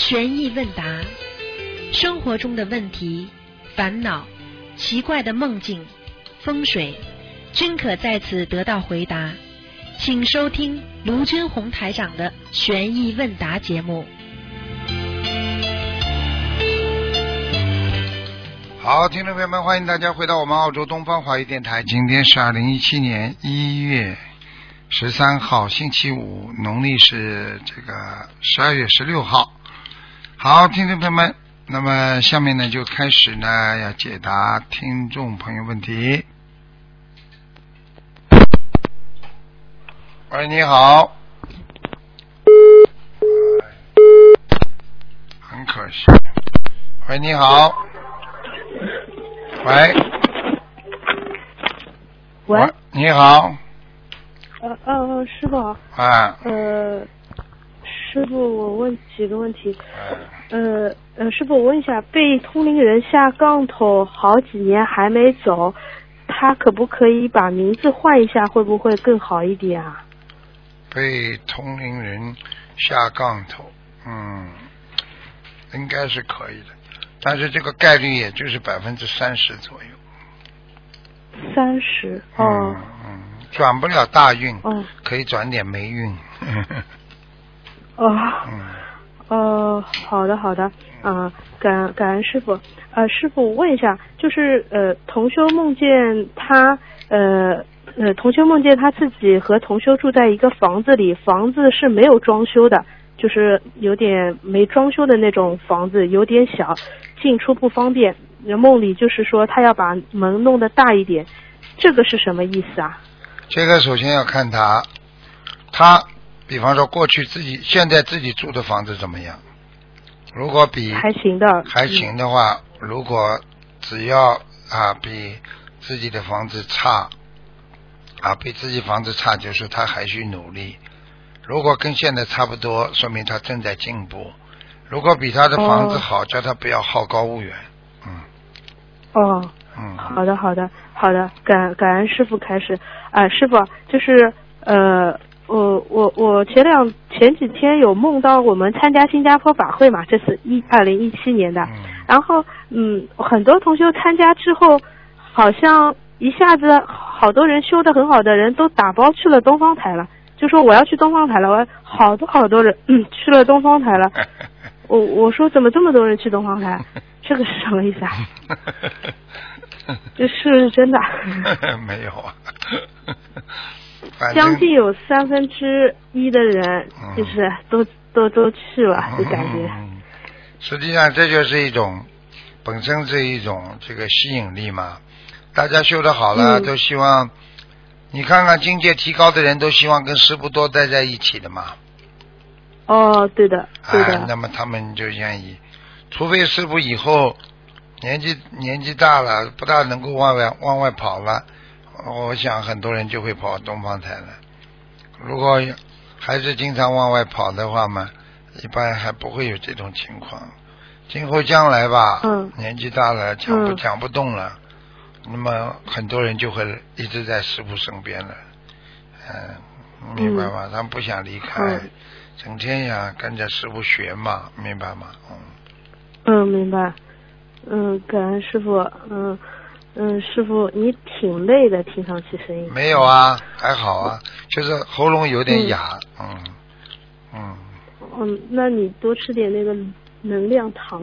悬疑问答，生活中的问题、烦恼、奇怪的梦境、风水，均可在此得到回答。请收听卢军红台长的悬疑问答节目。 好，听众朋友们，欢迎大家回到我们澳洲东方华语电台。今天是2017年1月13号，星期五，农历是这个12月16号。好，听众朋友们，那么下面呢就开始呢要解答听众朋友问题。喂，你好。很可惜。喂，你好。喂。 喂。 你好。 师傅好。师傅，我问几个问题。师傅，我问一下，被通灵人下杠头好几年还没走，他可不可以把名字换一下，会不会更好一点啊？ 被通灵人下杠头，应该是可以的，但是这个概率也就是30%左右。 30%哦。 转不了大运，可以转点霉运。 好的，感恩师傅。师傅，我问一下，就是同修梦见他自己和同修住在一个房子里，房子是没有装修的，就是有点没装修的那种房子，有点小，进出不方便。梦里就是说他要把门弄得大一点，这个是什么意思啊？ 这个首先要看他比方说过去现在自己住的房子怎么样，如果比还行的话，如果只要比自己的房子差就是他还需努力，如果跟现在差不多，说明他正在进步，如果比他的房子好，叫他不要好高骛远。 好的，感恩师傅开始。师傅，就是我前几天有梦到我们参加新加坡法会嘛，这是2017年的。然后很多同修参加之后，好像一下子好多人修得很好的人都打包去了东方台了，就说我要去东方台了，我好多人去了东方台了。我说怎么这么多人去东方台？这个是什么意思啊？这是不是真的？ 没有啊。 将近有1/3的人，就是都去了，就感觉。 实际上这就是本身是一种这个吸引力嘛。大家修得好了，都希望你看看境界提高的人都希望跟师父多待在一起的嘛。 对的。 那么他们就愿意，除非师父以后年纪大了，不大能够往外跑了，我想很多人就会跑东方台了。如果还是经常往外跑的话嘛，一般还不会有这种情况。今后将来吧，年纪大了讲不动了，那么很多人就会一直在师父身边了。明白吗？他们不想离开，整天呀跟着师父学嘛，明白吗？ 明白。感恩师傅。师傅你挺累的，听上去声音。 没有啊，还好啊，就是喉咙有点哑。 那你多吃点那个能量糖。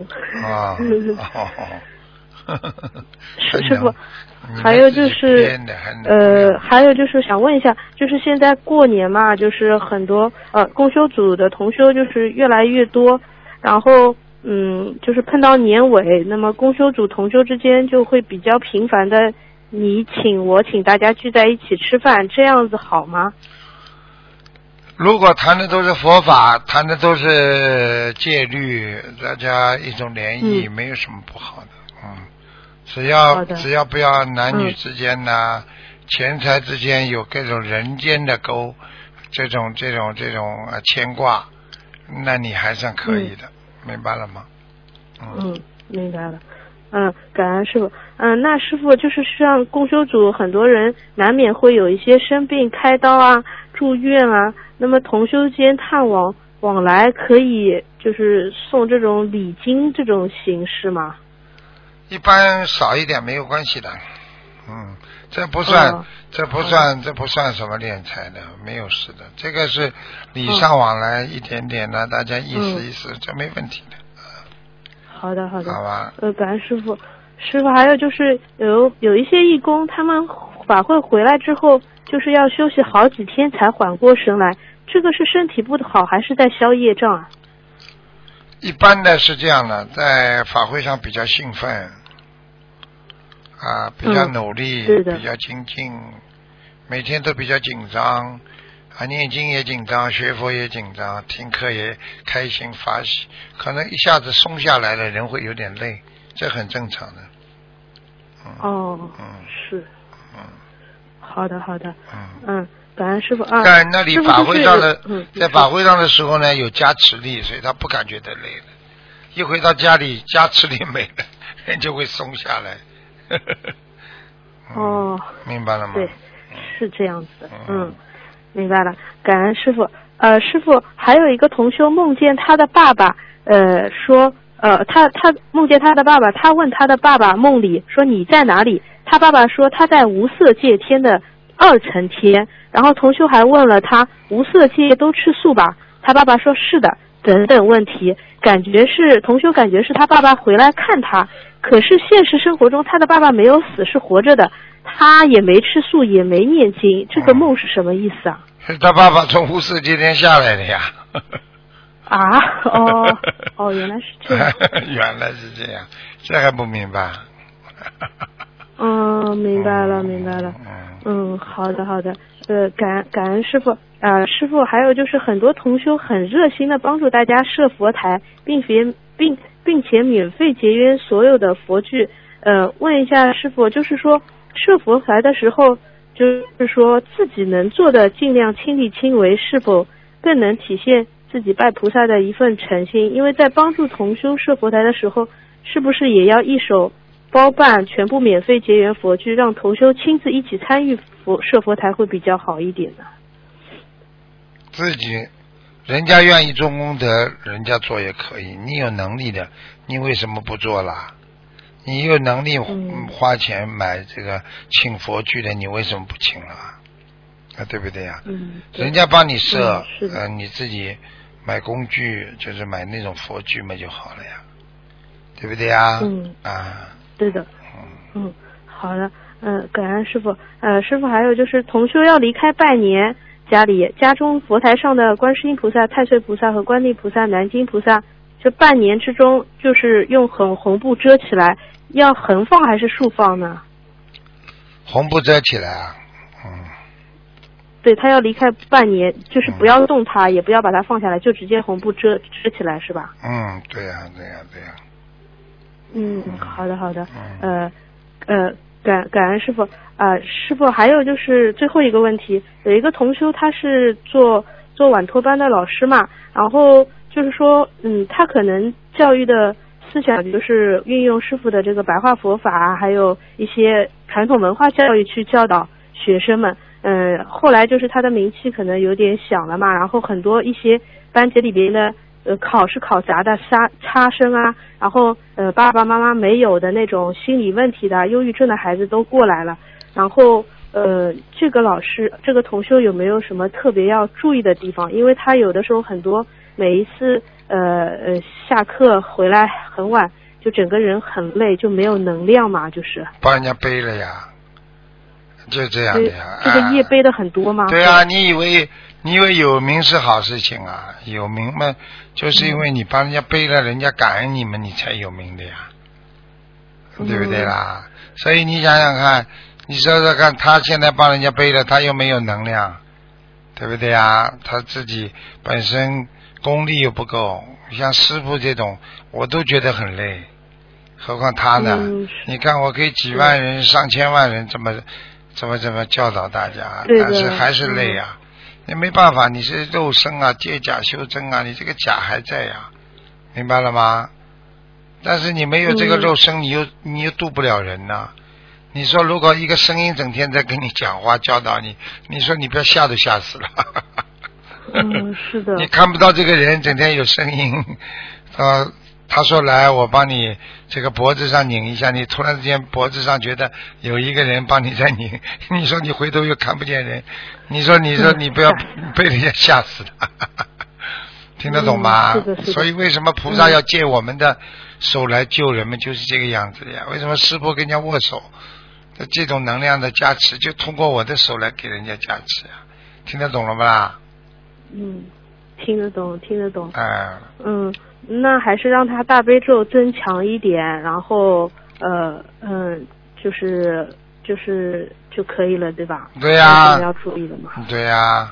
师傅，还有就是想问一下，就是现在过年嘛，就是很多共修组的同修就是越来越多，然后就是碰到年尾，那么共修组同修之间就会比较频繁的你请我请，大家聚在一起吃饭，这样子好吗？ 如果谈的都是佛法，谈的都是戒律，大家一种联谊，没有什么不好的。只要不要男女之间呐，钱财之间有各种人间的这种牵挂，那你还算可以的。明白了吗？ 明白了。感恩师傅。那师傅就是像共修组很多人难免会有一些生病开刀啊、住院啊，那么同修间探望， 往来可以就是送这种礼金这种形式吗？ 一般少一点没有关系的。这不算这不算什么敛财的，没有事的。这个是礼尚往来一点点的，大家意思意思，这没问题的。 好的。好吧。 感恩师傅。师傅，还有就是有一些义工，他们法会回来之后，就是要休息好几天才缓过神来，这个是身体不好，还是在消业障啊？ 一般的是这样的，在法会上比较兴奋比较努力，比较精进，每天都比较紧张念经也紧张，学佛也紧张，听课也开心发喜，可能一下子松下来了，人会有点累，这很正常的。 是。好的。感恩师傅啊。 在那里法会上的，在法会上的时候呢，有加持力，所以他不感觉得累了。一回到家里，加持力没了，人就会松下来。明白了吗？ 对，是这样子的。明白了。感恩师傅。师傅，还有一个同修梦见他的爸爸，说，他梦见他的爸爸，他问他的爸爸梦里说你在哪里？他爸爸说他在无色界天的2层天。然后同修还问了他无色界都吃素吧？他爸爸说是的，等等问题。同修感觉是他爸爸回来看他，可是现实生活中他的爸爸没有死，是活着的，他也没吃素，也没念经，这个梦是什么意思啊？ 是他爸爸从无色界天下来的呀。 原来是这样。 原来是这样，这还不明白？ 明白了。好的。感恩师傅。师傅，还有就是很多同修很热心的帮助大家设佛台，并且免费节约所有的佛具。问一下师傅，就是说设佛台的时候，就是说自己能做的尽量亲力亲为，是否更能体现自己拜菩萨的一份诚心？因为在帮助同修设佛台的时候，是不是也要一手包办全部免费结缘佛具，让同修亲自一起参与设佛台会比较好一点呢？ 自己人家愿意做功德，人家做也可以，你有能力的，你为什么不做啦？你有能力花钱买这个请佛具的，你为什么不请了？对不对呀？人家帮你设，你自己买工具，就是买那种佛具嘛就好了呀，对不对呀？ 对的。好的。感恩师傅。师傅，还有就是同修要离开拜年，家中佛台上的观世音菩萨、太岁菩萨和观地菩萨、南京菩萨，这半年之中就是用红布遮起来，要横放还是竖放呢？ 红布遮起来啊。 对，他要离开半年，就是不要动它，也不要把它放下来，就直接红布遮起来，是吧？ 对呀。 好的。感恩师傅。师傅，还有就是最后一个问题，有一个同修他是做晚托班的老师嘛，然后就是说他可能教育的思想就是运用师傅的这个白话佛法，还有一些传统文化教育去教导学生们。后来就是他的名气可能有点响了嘛，然后很多一些班级里边的考试考砸的差生啊，然后爸爸妈妈没有的那种心理问题的忧郁症的孩子都过来了。然后这个老师这个同修有没有什么特别要注意的地方？因为他有的时候很多每一次下课回来很晚，就整个人很累，就没有能量嘛，就是帮人家背了呀，就这样的呀。 这个业背的很多吗？ 对啊，你以为有名是好事情啊？有名嘛，就是因为你帮人家背了，人家感恩你们，你才有名的呀，对不对啦？所以你想想看，你说说看，他现在帮人家背了，他又没有能量，对不对呀？他自己本身功力又不够，像师父这种我都觉得很累，何况他呢？你看我给几万人、上千万人怎么教导大家，但是还是累啊。也没办法，你是肉身啊，借假修真啊，你这个假还在呀，明白了吗？但是你没有这个肉身，你又度不了人呐。你说如果一个声音整天在跟你讲话教导你，你说你不要吓都吓死了。 是的。 你看不到这个人，整天有声音，他说来，我帮你这个脖子上拧一下，你突然之间脖子上觉得有一个人帮你在拧，你说你回头又看不见人，你说你不要被人家吓死的，听得懂吗？ 是的。 所以为什么菩萨要借我们的手来救人们，就是这个样子呀。为什么师父跟人家握手，这种能量的加持就通过我的手来给人家加持呀，听得懂了吗啦？ 听得懂。那还是让他大悲咒增强一点，然后就可以了，对吧？ 对呀。 要注意的嘛。 对呀。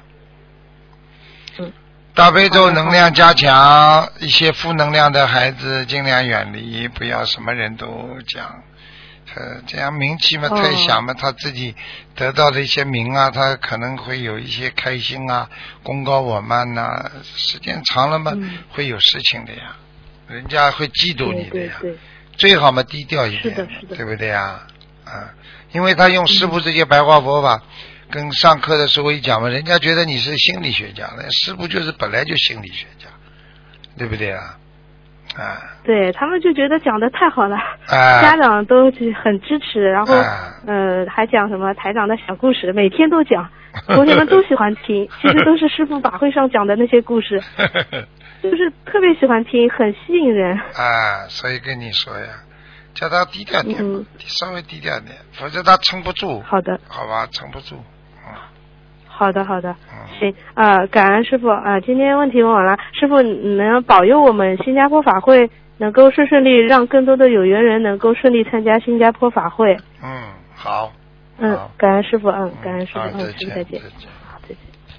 大悲咒能量加强，一些负能量的孩子尽量远离，不要什么人都讲。这样名气嘛太响嘛，他自己得到的一些名啊，他可能会有一些开心啊，功高我慢呐，时间长了嘛，会有事情的呀，人家会嫉妒你的呀。对。最好嘛低调一点，是的，对不对呀？因为他用师父这些白话佛法跟上课的时候一讲嘛，人家觉得你是心理学家，师父就是本来就心理学家，对不对啊？ 对，他们就觉得讲的太好了，家长都很支持，然后还讲什么台长的小故事，每天都讲，同学们都喜欢听，其实都是师父法会上讲的那些故事，就是特别喜欢听，很吸引人。 所以跟你说呀，叫他低调点，稍微低调点，否则他撑不住。好的。好吧，撑不住。 好的，行，感恩师父今天问题问完了，师父能保佑我们新加坡法会能够顺利，让更多的有缘人能够顺利参加新加坡法会。 好。 感恩师父，感恩师父，师父再见。好，再见。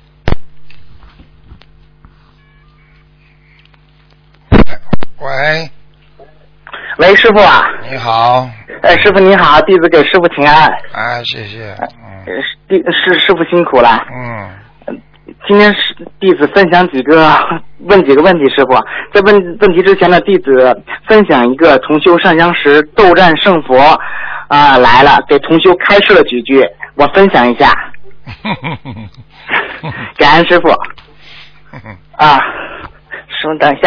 喂，师傅啊。 你好。 师傅你好，弟子给师傅请安。 谢谢。 师傅辛苦了。今天弟子问几个问题，师傅。在问题之前呢，弟子分享一个同修上香时斗战胜佛来了，给同修开示了几句，我分享一下。感恩师傅。师傅等一下。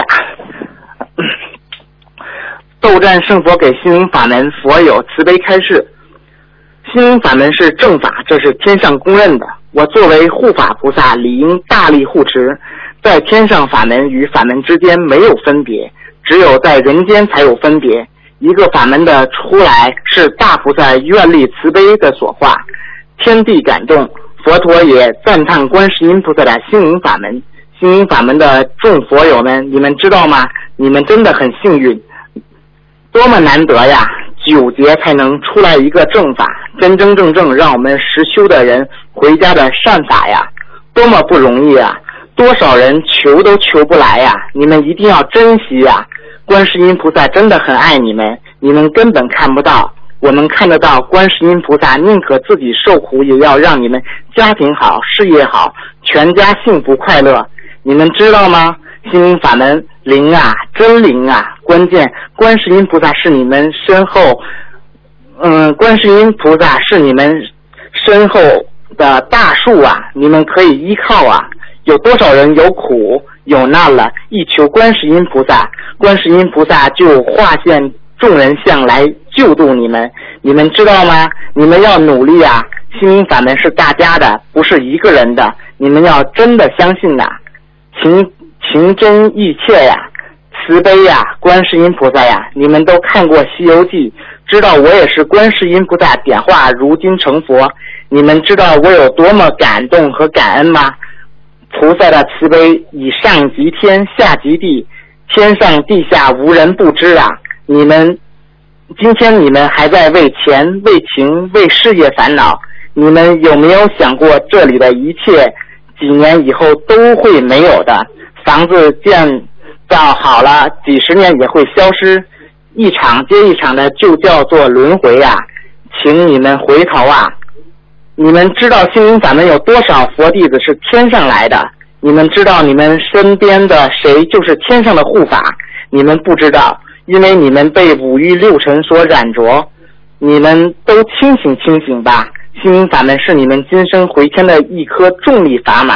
斗战胜佛给心灵法门佛友慈悲开示。心灵法门是正法，这是天上公认的。我作为护法菩萨，理应大力护持。在天上法门与法门之间没有分别，只有在人间才有分别。一个法门的出来是大菩萨愿力慈悲的所化，天地感动，佛陀也赞叹观世音菩萨的心灵法门。心灵法门的众佛友们，你们知道吗？你们真的很幸运，多么难得呀！9节才能出来一个正法，真真正正让我们实修的人回家的善法呀，多么不容易啊！多少人求都求不来呀！你们一定要珍惜呀！观世音菩萨真的很爱你们，你们根本看不到，我们看得到。观世音菩萨宁可自己受苦，也要让你们家庭好，事业好，全家幸福快乐。你们知道吗？心灵法门灵啊，真灵啊！关键观世音菩萨是你们身后，观世音菩萨是你们身后的大树啊，你们可以依靠啊。有多少人有苦有难了，一求观世音菩萨，观世音菩萨就化现众人相来救度你们。你们知道吗？你们要努力啊！心灵法门是大家的，不是一个人的，你们要真的相信呐，情真意切呀，慈悲呀，观世音菩萨呀！你们都看过《西游记》，知道我也是观世音菩萨点化如今成佛。你们知道我有多么感动和感恩吗？菩萨的慈悲以上及天，下及地，天上地下无人不知啊！今天你们还在为钱、为情、为事业烦恼，你们有没有想过这里的一切几年以后都会没有的？房子建造好了，几十年也会消失，一场接一场的就叫做轮回啊！请你们回头啊！你们知道心灵法门有多少佛弟子是天上来的？你们知道你们身边的谁就是天上的护法？你们不知道，因为你们被五欲六尘所染着。你们都清醒吧！心灵法门是你们今生回天的一颗重力砝码，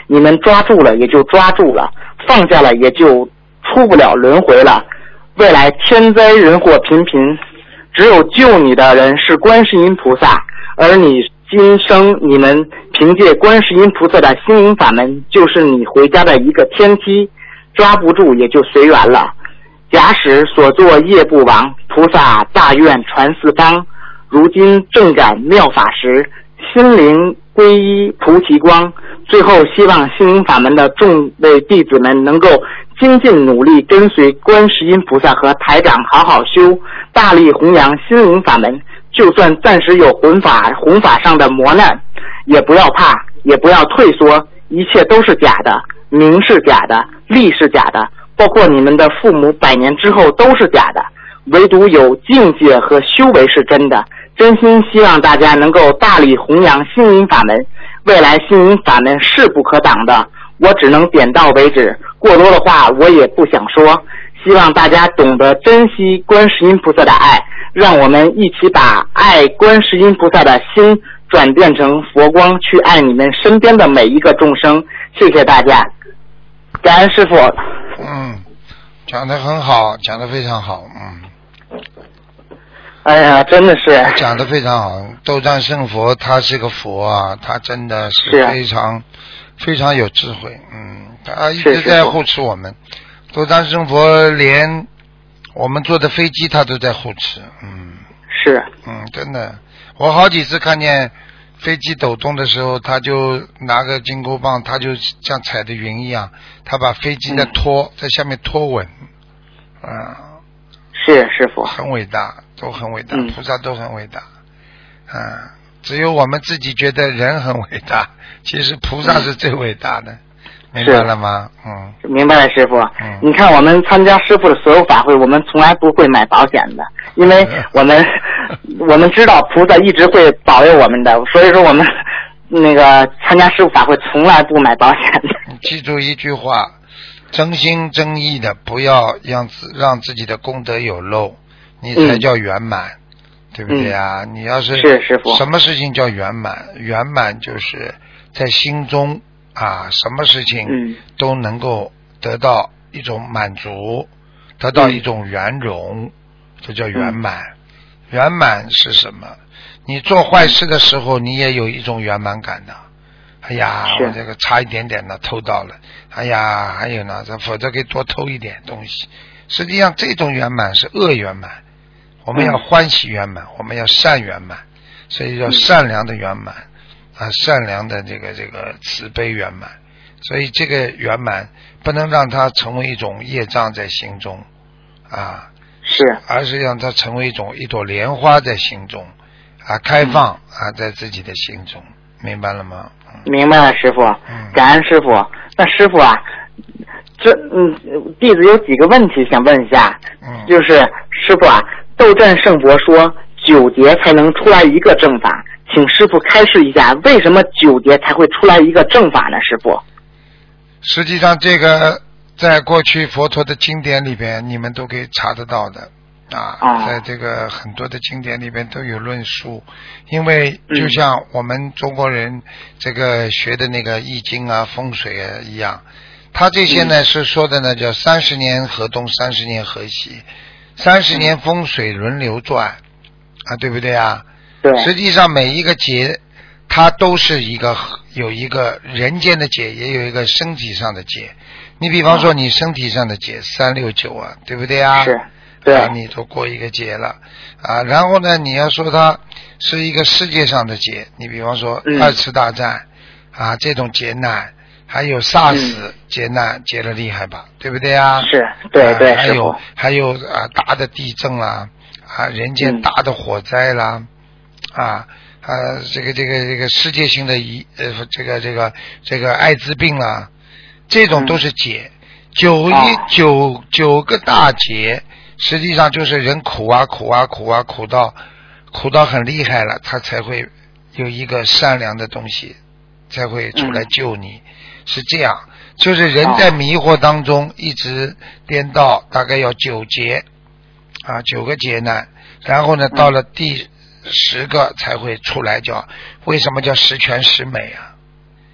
你们抓住了也就抓住了，放下了也就出不了轮回了。未来天灾人祸频频，只有救你的人是观世音菩萨，而你今生你们凭借观世音菩萨的心灵法门，就是你回家的一个天梯，抓不住也就随缘了。假使所作业不亡，菩萨大愿传四方。如今正感妙法时，心灵皈依菩提光。最后希望心灵法门的众位弟子们能够精进努力，跟随观世音菩萨和台长好好修，大力弘扬心灵法门。就算暂时有弘法上的磨难，也不要怕，也不要退缩，一切都是假的，名是假的，利是假的，包括你们的父母100年之后都是假的，唯独有境界和修为是真的。真心希望大家能够大力弘扬心灵法门，未来心灵法门势不可挡的，我只能点到为止，过多的话我也不想说。希望大家懂得珍惜观世音菩萨的爱，让我们一起把爱观世音菩萨的心转变成佛光，去爱你们身边的每一个众生。谢谢大家，感恩师父。 讲得很好，讲得非常好。 哎呀，真的是讲得非常好。斗战胜佛他是个佛啊，他真的是非常非常有智慧。他一直在护持我们。斗战胜佛连我们坐的飞机他都在护持。 是。 真的，我好几次看见飞机抖动的时候，他就拿个金箍棒，他就像踩的云一样，他把飞机在在下面拖稳。 是师父， 很伟大，都很伟大，菩萨都很伟大。只有我们自己觉得人很伟大，其实菩萨是最伟大的。明白了吗？ 明白了，师傅。你看我们参加师傅的所有法会，我们从来不会买保险的，因为我们知道菩萨一直会保佑我们的，所以说我们那个参加师傅法会从来不买保险的。 你记住一句话，真心真意的，不要让自己的功德有漏，你才叫圆满，对不对啊？你要是师父， 什么事情叫圆满？圆满就是在心中什么事情都能够得到一种满足，得到一种圆融，这叫圆满。圆满是什么？你做坏事的时候，你也有一种圆满感的。哎呀，我这个差一点点呢偷到了，哎呀，还有呢，否则可以多偷一点东西。实际上这种圆满是恶圆满，我们要欢喜圆满，我们要善圆满，所以叫善良的圆满。善良的这个慈悲圆满，所以这个圆满不能让它成为一种业障在心中而是让它成为一朵莲花在心中开放在自己的心中。明白了吗？ 明白了，师父。感恩师父。那师父弟子有几个问题想问一下。就是师父斗战胜佛说9劫才能出来一个正法，请师父开示一下，为什么9劫才会出来一个正法呢？师父， 实际上这个在过去佛陀的经典里边，你们都可以查得到的在这个很多的经典里边都有论述。因为就像我们中国人这个学的那个易经风水一样，他这些呢是说的呢叫30年河东30年河西，30年风水轮流转对不对啊？ 对。 实际上每一个劫它都是有一个人间的劫，也有一个身体上的劫。你比方说你身体上的劫369对不对啊？ 是。对。 你都过一个劫了然后呢你要说它是一个世界上的劫，你比方说2次大战这种劫难，还有 SARS 劫难劫得厉害吧，对不对啊？ 是。对对。 还有大的地震啦人间大的灾啦这个世界性的这个艾滋病啦，这种都是劫。九个大劫，实际上就是人苦到很厉害了，他才会有一个善良的东西才会出来救你。是这样，就是人在迷惑当中一直颠倒，大概要9劫9个劫难，然后呢到了第10个才会出来，为什么叫十全十美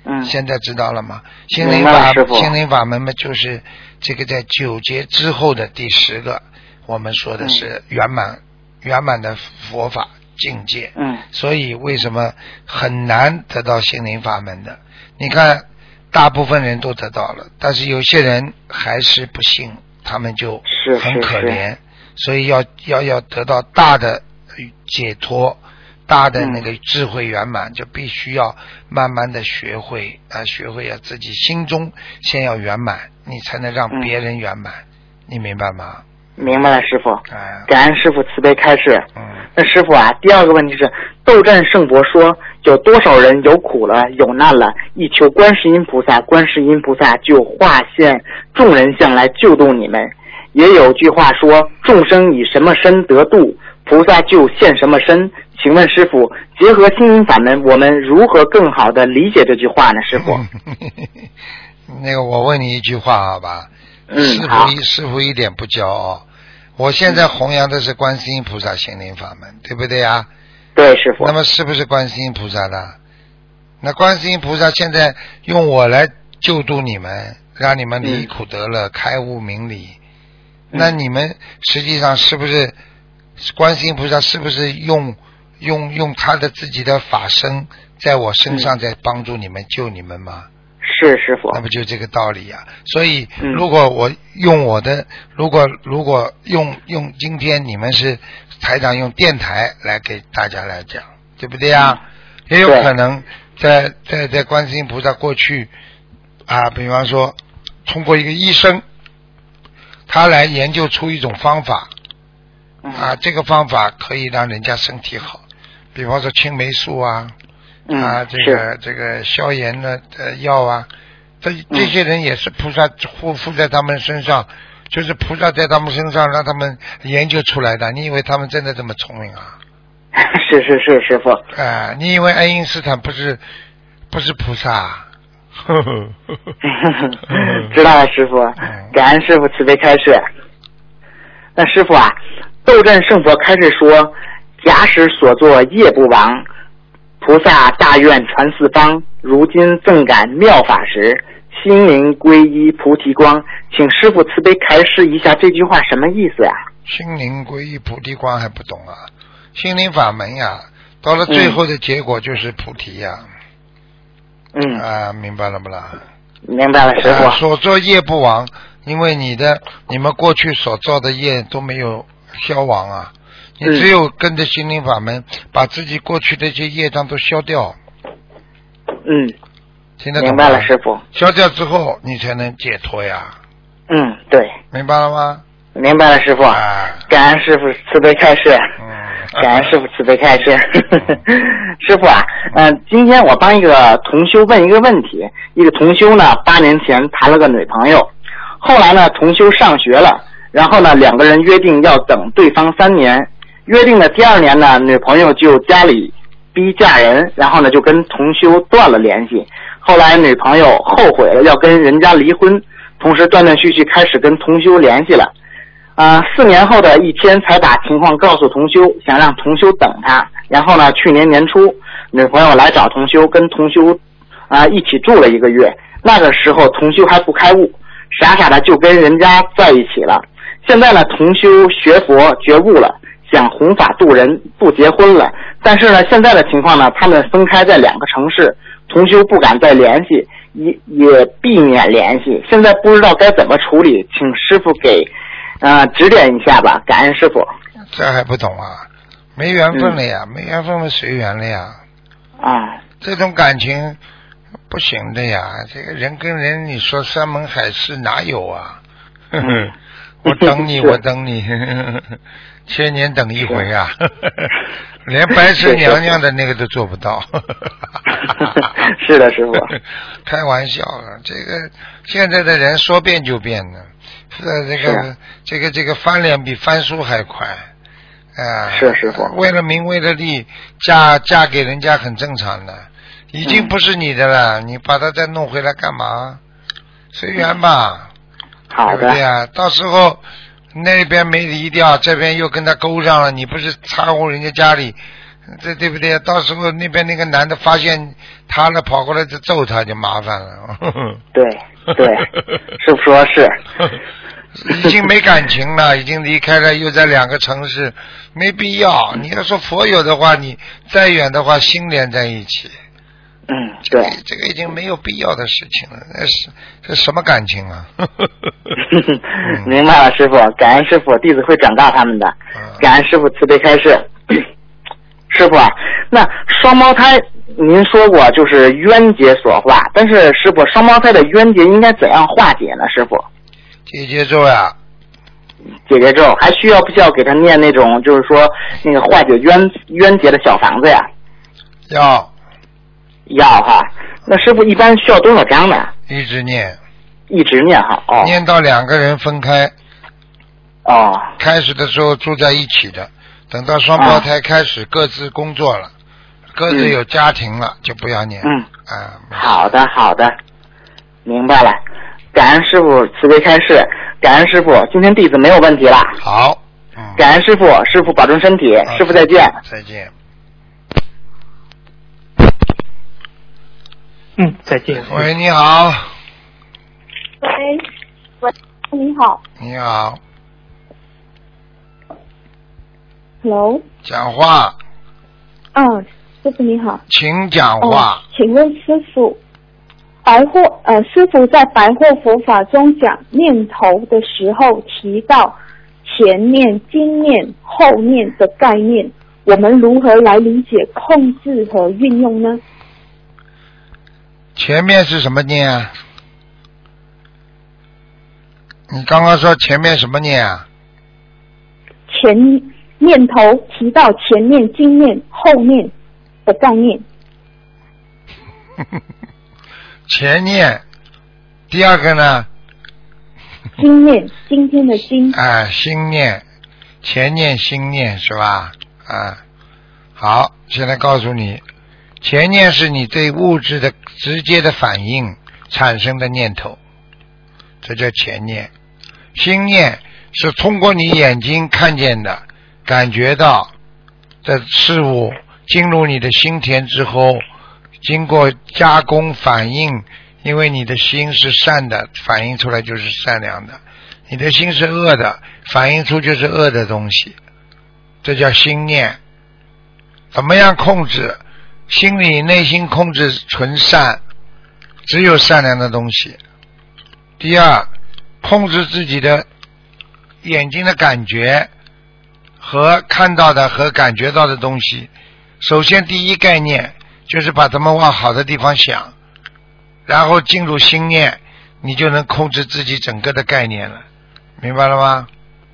现在知道了吗？心明灵白了师父心灵法门嘛，就是这个在9节之后的第10个，我们说的是圆满的佛法境界。所以为什么很难得到心灵法门的？你看大部分人都得到了，但是有些人还是不信，他们就很可怜。所以要得到大的解脱，大的那个智慧圆满，就必须要慢慢的学会要自己心中先要圆满，你才能让别人圆满。你明白吗？ 明白了，师父。感恩师父慈悲开示。那师父啊，第二个问题是，斗战胜佛说，有多少人有苦了有难了，一求观世音菩萨，观世音菩萨就化现众人相来救度你们。也有句话说，众生以什么身得度，菩萨就现什么身。请问师父，结合心灵法门，我们如何更好的理解这句话呢？师父那个我问你一句话好吧？师父一点不骄傲，我现在弘扬的是观世音菩萨心灵法门，对不对啊？ 对，师父。 那么是不是观世音菩萨的？那观世音菩萨现在用我来救度你们，让你们离苦得乐，开悟明理。那你们实际上是不是观世音菩萨是不是用他的自己的法身在我身上在帮助你们救你们吗？ 是师父。 那不就这个道理啊？所以如果我用我的如果用今天你们是台长用电台来给大家来讲，对不对啊？也有可能在观世音菩萨过去比方说通过一个医生，他来研究出一种方法这个方法可以让人家身体好，比方说青霉素这个消炎的药啊，这些人也是菩萨附在他们身上，就是菩萨在他们身上让他们研究出来的。你以为他们真的这么聪明啊？ 是师父。 你以为爱因斯坦不是菩萨？ 知道了，师父。感恩师父慈悲开示。那师父啊，斗战胜佛开示说，假使所作业不亡，菩萨大愿传四方，如今赠感妙法时，心灵归依菩提光。请师父慈悲开示一下这句话什么意思呀？ 心灵归依菩提光还不懂啊？心灵法门呀，到了最后的结果就是菩提呀。明白了不啦？ 明白了，师父。 所作业不亡，因为你们过去所造的业都没有消亡啊，你只有跟着心灵法门，把自己过去的这些业障都消掉。听得懂吗？ 明白了，师父。 消掉之后，你才能解脱呀。 对。 明白了吗？ 明白了，师父。感恩师父慈悲开示。感恩师父慈悲开示。师父啊，今天我帮一个同修问一个问题。一个同修呢，8年前谈了个女朋友，后来呢，同修上学了，然后呢，2个人约定要等对方3年。约定的第2年呢，女朋友就家里逼嫁人，然后呢就跟同修断了联系。后来女朋友后悔了，要跟人家离婚，同时断断续续开始跟同修联系了。4年后的一天才把情况告诉同修，想让同修等他。然后呢，去年年初，女朋友来找同修，跟同修一起住了1个月。那个时候同修还不开悟，傻傻的就跟人家在一起了。现在呢，同修学佛觉悟了，想弘法度人，不结婚了。但是呢，现在的情况呢，他们分开在2个城市，同修不敢再联系，也避免联系。现在不知道该怎么处理，请师父给指点一下吧，感恩师父。 这还不懂啊？没缘分了呀，没缘分了随缘了呀。这种感情不行的呀，这个人跟人你说山盟海誓哪有啊？我等你，我等你，1000年等一回啊！连白蛇娘娘的那个都做不到。 是的，师父。 开玩笑了，这个现在的人说变就变了。这个翻脸比翻书还快。 是师父。 为了名为了利，嫁给人家很正常的，已经不是你的了，你把它再弄回来干嘛？随缘吧。 好的。 对不对呀？到时候那边没离掉，这边又跟他勾上了，你不是掺和人家家里， 这对不对？到时候那边那个男的发现他了，跑过来就揍他，就麻烦了。 对对，师傅说是。 已经没感情了，已经离开了，又在两个城市，没必要。你要说佛有的话，你再远的话，心连在一起。 对， 这个已经没有必要的事情了，这什么感情啊？ 明白了，师傅，感恩师傅，弟子会转告他们的。感恩师傅慈悲开示。师傅啊，那双胞胎您说过就是冤结所化，但是师傅，双胞胎的冤结应该怎样化解呢？师傅？ 解结咒呀。 解结咒，还需要不需要给他念那种就是说那个化解冤结的小房子呀？要哈。那师傅一般需要多少张呢？ 一直念哈。哦。 念到两个人分开。 哦。 开始的时候住在一起的，等到双胞胎开始各自工作了，各自有家庭了，就不要念。 好的，明白了。感恩师傅慈悲开示，感恩师傅，今天弟子没有问题了。 好。 感恩师傅，师傅保重身体，师傅再见。 再见。 再见。 喂，你好。 喂，你好。 你好。 Hello。 讲话。 师傅你好。 请讲话。 请问师傅，师傅在白话佛法中讲念头的时候提到前念、经念、后念的概念，我们如何来理解、控制和运用呢？ 前面是什么念啊？你刚刚说前面什么念啊？ 前念头提到前念、经念、后念的概念。 前念，第二个呢？ 经念，今天的经。 心念，前念、心念是吧？好，现在告诉你。前念是你对物质的直接的反应产生的念头，这叫前念。心念是通过你眼睛看见的、感觉到的事物进入你的心田之后，经过加工反应，因为你的心是善的，反映出来就是善良的；你的心是恶的，反映出就是恶的东西，这叫心念。怎么样控制？心里内心控制纯善，只有善良的东西。第二，控制自己的眼睛的感觉和看到的和感觉到的东西。首先第一概念就是把它们往好的地方想，然后进入心念，你就能控制自己整个的概念了，明白了吗？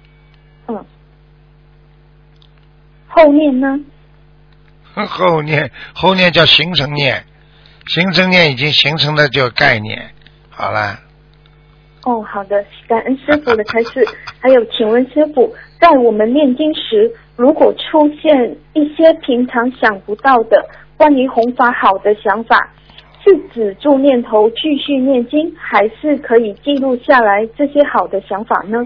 后念呢？ 后念叫形成念，形成念已经形成的叫概念。好了。 好的，感恩师父的开示。还有，请问师父，在我们念经时，如果出现一些平常想不到的关于弘法好的想法，是止住念头继续念经，还是可以记录下来这些好的想法呢？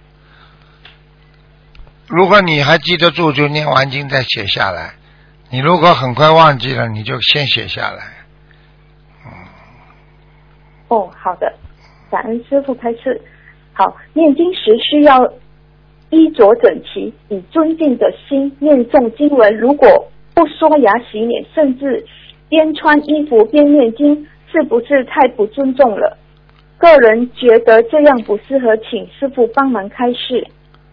如果你还记得住，就念完经再写下来。你如果很快忘记了，你就先写下来。 好的，感恩师父开示。好，念经时需要衣着整齐，以尊敬的心念诵经文。如果不刷牙洗脸，甚至边穿衣服边念经，是不是太不尊重了？个人觉得这样不适合，请师父帮忙开示。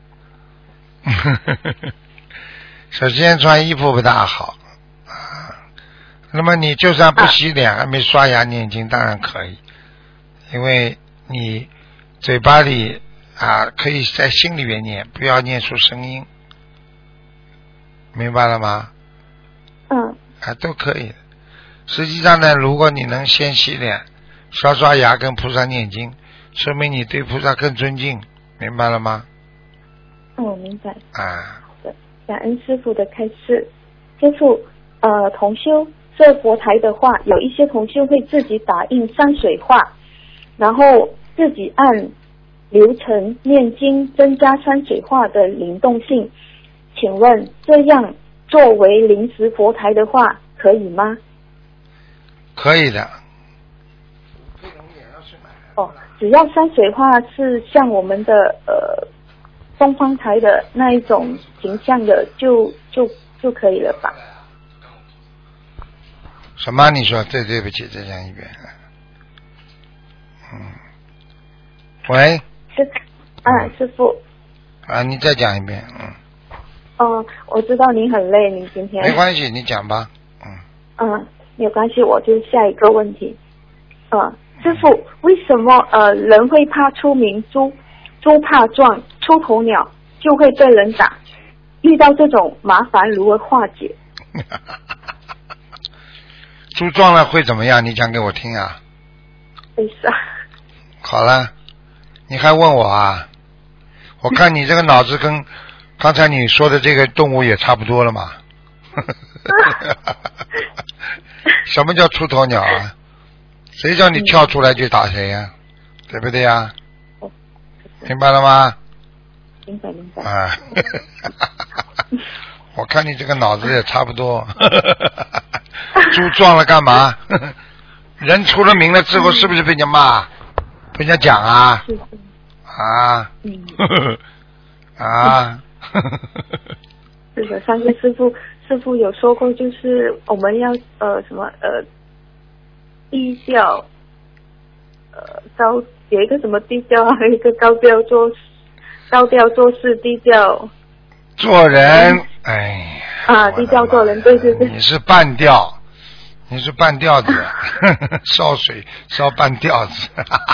首先穿衣服不大好那么你就算不洗脸还没刷牙念经当然可以，因为你嘴巴里可以在心里面念，不要念出声音，明白了吗？都可以。实际上呢，如果你能先洗脸刷牙跟菩萨念经，说明你对菩萨更尊敬，明白了吗？ 明白。感恩师父的开示。师父，同修设佛台的话，有一些同修会自己打印山水画，然后自己按流程念经，增加山水画的灵动性。请问这样作为临时佛台的话，可以吗？ 可以的。 哦，只要山水画是像我们的东方台的那一种形象的，就可以了吧？ 什么？你说？对不起，再讲一遍。喂。 师父。 你再讲一遍。 我知道您很累，您今天。 没关系，你讲吧。 没有关系，我就下一个问题。师父，为什么人会怕出名，猪怕撞出头鸟就会被人打？遇到这种麻烦如何化解？ 猪撞了会怎么样？你讲给我听啊。 没事。 好了，你还问我啊？我看你这个脑子跟刚才你说的这个动物也差不多了嘛。什么叫出头鸟啊？谁叫你跳出来就打谁呀？对不对呀？明白了吗？ 明白。 我看你这个脑子也差不多。猪撞了干嘛？人出了名了之后是不是被人家骂？被人家讲啊？ 是的，上次师父有说过，就是我们要低调，有一个什么低调，还有一个高调做事，低调做人。 低调做人，对。 你是半吊子，烧水烧半吊子。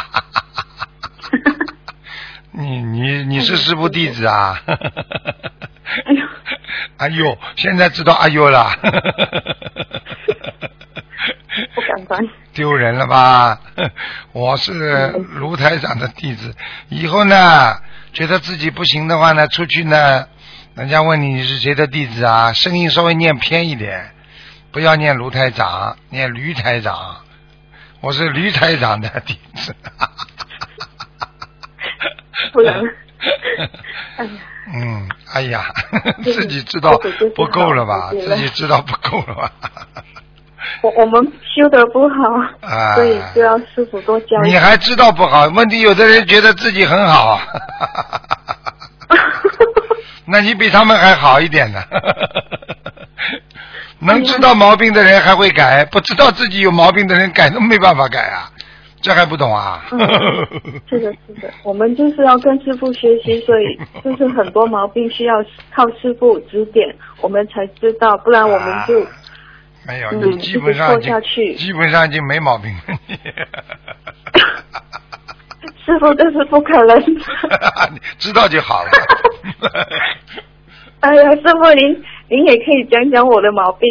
你是师父弟子啊？哎呦，现在知道哎呦了。 不敢当。 丢人了吧？我是卢台长的弟子，以后呢，觉得自己不行的话呢，出去呢，人家问你是谁的弟子啊，声音稍微念偏一点，不要念卢台长，念驴台长。我是驴台长的弟子。 不然。 哎呀，自己知道不够了吧？自己知道不够了吧？ 我们修得不好，所以就要师父多教。 你还知道不好？问题有的人觉得自己很好。那你比他们还好一点呢。能知道毛病的人还会改，不知道自己有毛病的人改都没办法改啊。这还不懂啊？ 是的，我们就是要跟师父学习，所以就是很多毛病需要靠师父指点，我们才知道，不然我们就没有，你基本上已经没毛病了。 师父这是不可能。 知道就好了。 哎呀，师父您也可以讲讲我的毛病。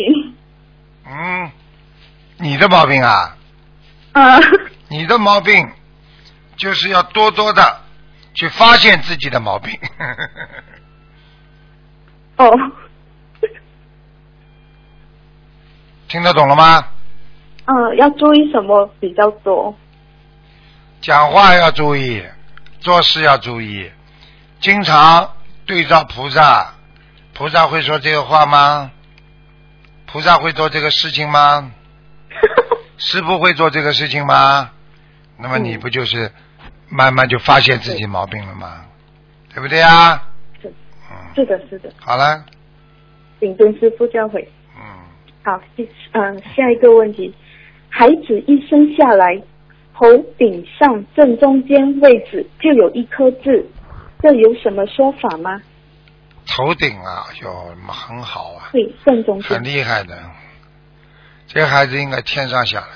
你的毛病啊？你的毛病就是要多多的去发现自己的毛病。听得懂了吗？ 要注意什么比较多？ 讲话要注意，做事要注意，经常对照菩萨，菩萨会说这个话吗？菩萨会做这个事情吗？师父会做这个事情吗？那么你不就是慢慢就发现自己毛病了吗？对不对啊？ 是的。 好了， 请尊师父教诲。好，下一个问题，孩子一生下来，头顶上正中间位置就有一颗痣，这有什么说法吗？ 头顶啊，很好啊， 对，正中间， 很厉害的，这个孩子应该天上下来。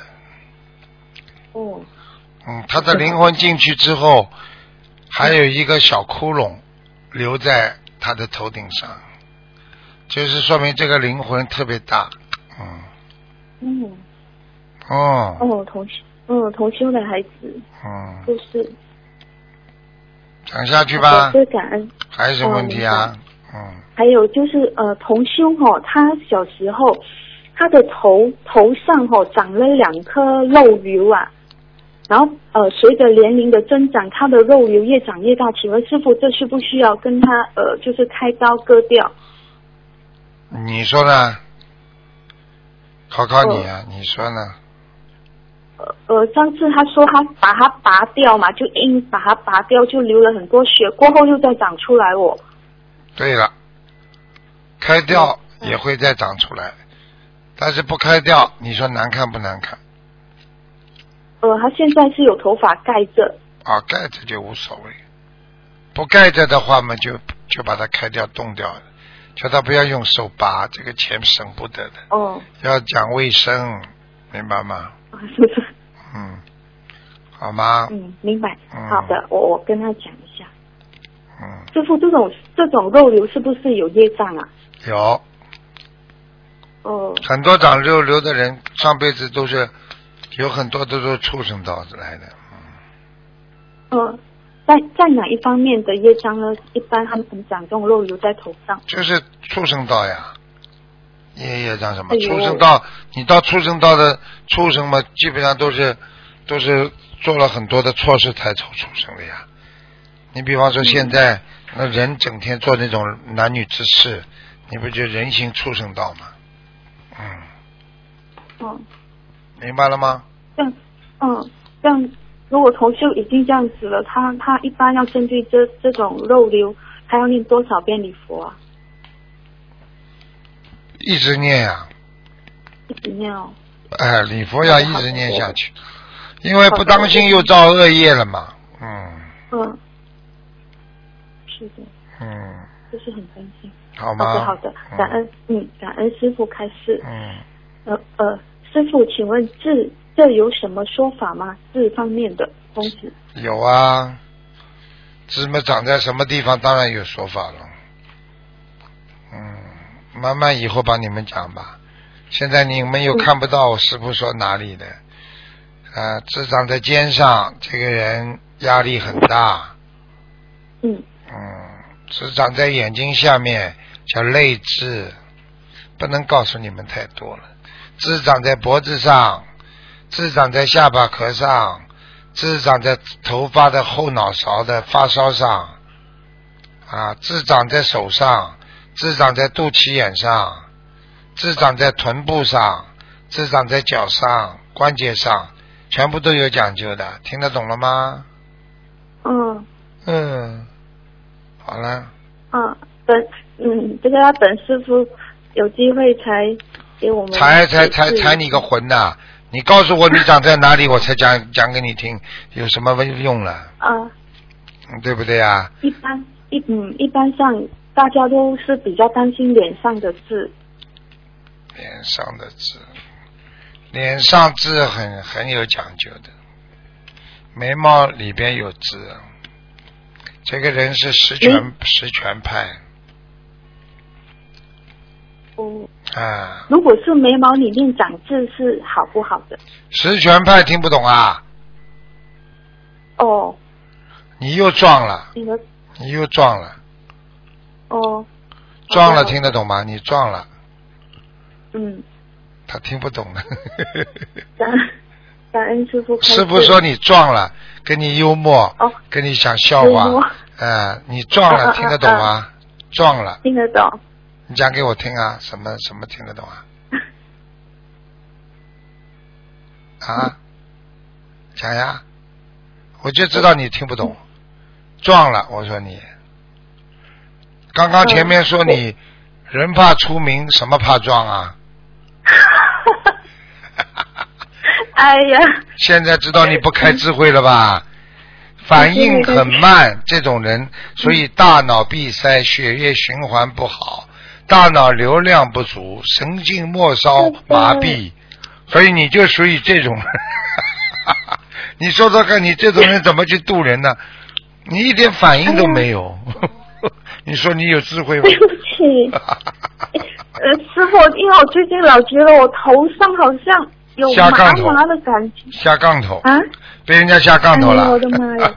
他的灵魂进去之后，还有一个小窟窿留在他的头顶上，就是说明这个灵魂特别大。 同修的孩子。就是。 讲下去吧。 感恩。 还有什么问题啊？ 还有就是同修他小时候他的头上长了2颗肉瘤啊，然后随着年龄的增长，他的肉瘤越长越大，请问师父这需不需要跟他就是开刀割掉？ 你说呢？考考你啊，你说呢？ 上次他说他把它拔掉嘛，就硬把它拔掉，就流了很多血，过后又再长出来我。 对了，开掉也会再长出来，但是不开掉，你说难看不难看？ 他现在是有头发盖着。 啊，盖着就无所谓，不盖着的话嘛，就把它开掉冻掉了，叫他不要用手拔，这个钱省不得的。要讲卫生，明白吗？ 是不是？ 好吗？ 明白。好的，我跟他讲一下。师父，这种肉瘤是不是有业障啊？ 有。很多长肉瘤的人上辈子都是有很多都是畜生道来的。 在哪一方面的业障呢？一般他们长这种肉瘤在头上。 就是畜生道呀。业障什么？畜生道，你到畜生道的畜生嘛，基本上都是做了很多的错事才走畜生的呀。你比方说现在那人整天做那种男女之事，你不就人形畜生道吗？明白了吗？ 这样，如果同修已经这样子了，他一般要针对这种肉瘤，他要念多少遍礼佛啊？ 一直念呀。 一直念哦。 礼佛要一直念下去，因为不当心又造恶业了嘛。 是的。就是很担心。 好吗？ 好的，感恩师父开示。师父，请问这有什么说法吗？这方面的东西。 有啊，芝麻长在什么地方，当然有说法了。慢慢以后帮你们讲吧。现在你们又看不到师父说哪里的。痣长在肩上，这个人压力很大。痣长在眼睛下面叫泪痣，不能告诉你们太多了。痣长在脖子上，痣长在下巴壳上，痣长在头发的后脑勺的发梢上，痣长在手上，痣长在肚脐眼上，痣长在臀部上，痣长在脚上关节上，全部都有讲究的，听得懂了吗？好了。 这个要等师父有机会才给我们。 才你个魂呐！你告诉我你长在哪里，我才讲给你听，有什么用了？对不对啊？ 一般上大家都是比较担心脸上的痣。 脸上的痣，脸上痣很有讲究的，眉毛里边有痣。这个人是十全派。 如果是眉毛里面长痣是好不好的？ 十全派听不懂啊？你又撞了。你又撞了。撞了听得懂吗？你撞了。他听不懂的。 感恩师父。 师父说你撞了，跟你幽默，跟你讲笑话。你撞了，听得懂吗？撞了。 听得懂。 你讲给我听啊，什么听得懂啊？讲呀，我就知道你听不懂。撞了，我说你。刚刚前面说你人怕出名，什么怕撞啊？ 哎呀！ 现在知道你不开智慧了吧？反应很慢，这种人，所以大脑闭塞，血液循环不好，大脑流量不足，神经末梢麻痹，所以你就属于这种人。你说说看，你这种人怎么去度人呢？你一点反应都没有。你说你有智慧吗？ 对不起。师父，因为我最近老觉得我头上好像有麻麻的感觉。 下杠头啊！被人家下杠头了。 我的妈呀！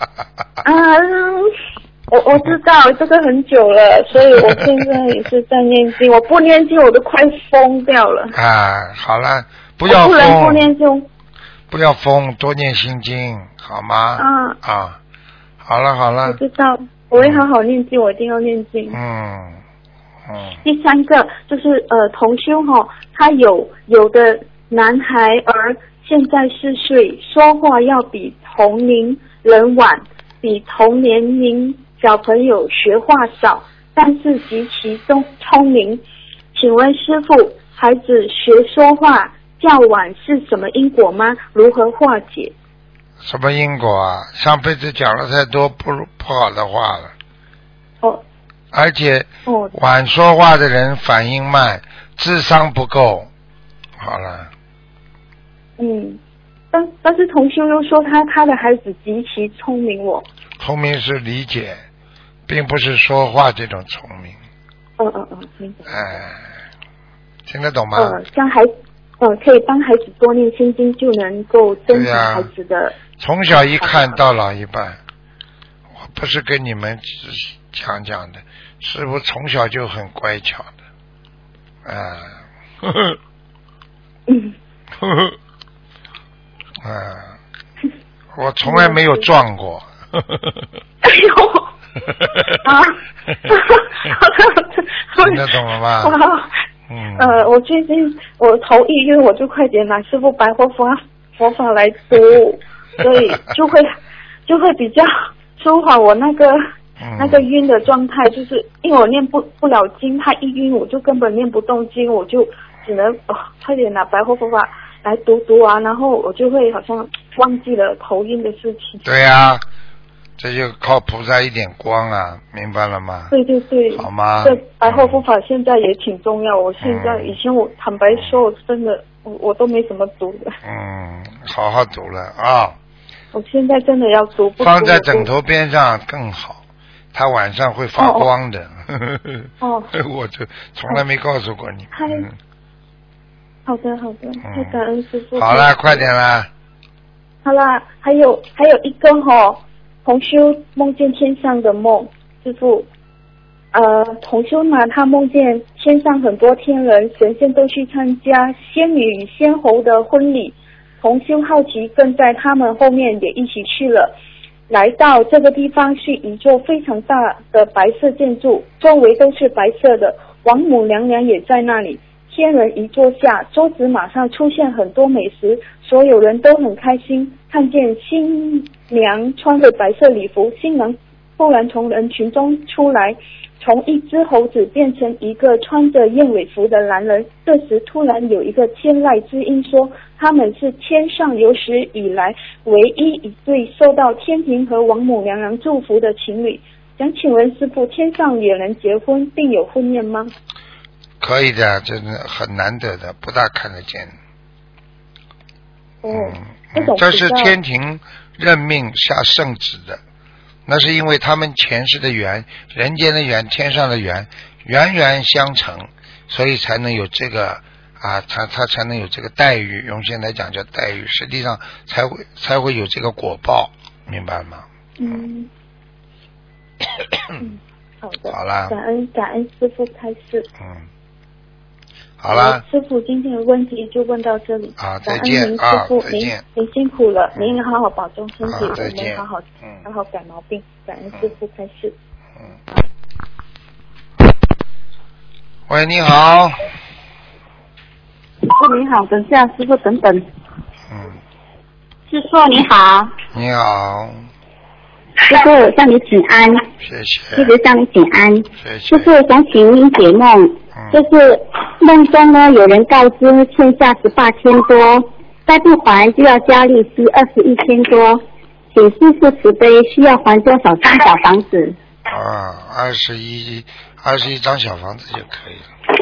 我知道这个很久了，所以我现在也是在念经。我不念经我都快疯掉了。 好了，不要疯。 不能不念经。 不要疯，多念心经，好吗？好了。 我知道，我会好好念经，我一定要念经。 第三个就是同修他有的男孩儿现在4岁，说话要比同龄人晚，比同年龄小朋友学话少，但是极其聪明。请问师父，孩子学说话较晚是什么因果吗？如何化解？ 什么因果啊？上辈子讲了太多不好的话了。而且晚说话的人反应慢，智商不够。好了。 但是同修又说他的孩子极其聪明聪明是理解，并不是说话这种聪明。 明白。 听得懂吗？ 像可以帮孩子多念心经，就能够增强孩子的。 从小一看到老一半，我不是跟你们讲的，师父从小就很乖巧的。我从来没有撞过。 哎呦！ 听得懂了吗？ 我最近我头一晕，我就快点拿师父白佛法来读，所以就会比较舒缓我那个晕的状态，就是因为我念不了经，他一晕我就根本念不动经，我就只能快点拿白佛法来读啊，然后我就会好像忘记了头晕的事情。 对呀。这就靠菩萨一点光啊，明白了吗？ 对， 好吗？ 这白话佛法现在也挺重要。我现在以前我坦白说，我真的我都没怎么读的。 好好读了啊！ 我现在真的要读，不读放在枕头边上更好，它晚上会发光的。我就从来没告诉过你。 好的，太感恩师父。 好了，快点啦！ 好啦，还有一个同修梦见天上的梦，师父，同修呢，他梦见天上很多天人神仙都去参加仙女与仙猴的婚礼，同修好奇跟在他们后面也一起去了。来到这个地方是一座非常大的白色建筑，周围都是白色的，王母娘娘也在那里。天人一坐下，桌子马上出现很多美食，所有人都很开心。看见新娘穿着白色礼服，新郎突然从人群中出来，从一只猴子变成一个穿着燕尾服的男人。这时突然有一个天籁之音说，他们是天上有史以来唯一一对受到天庭和王母娘娘祝福的情侣。想请问师父，天上也能结婚并有婚宴吗？ 可以的，真的很难得的，不大看得见。这是天庭任命下圣旨的，那是因为他们前世的缘，人间的缘，天上的缘，缘缘相成，所以才能有这个他才能有这个待遇，用现在讲叫待遇，实际上才会有这个果报，明白吗？ 好的， 好啦， 感恩师父开示。 好了， 师父今天的问题就问到这里。 再见师父，您辛苦了，您好好保重身体，我们好好改毛病。感恩师父开示。 喂，你好。 师父你好，等下师父等等。师父你好。 你好。 师父向你请安。 谢谢。 一直向你请安。 谢谢。 师父想请您解梦。就是梦中呢，有人告知欠下18千多，再不还就要加利息21千多，请师父慈悲，需要还多少张小房子 ？21张小房子就可以了。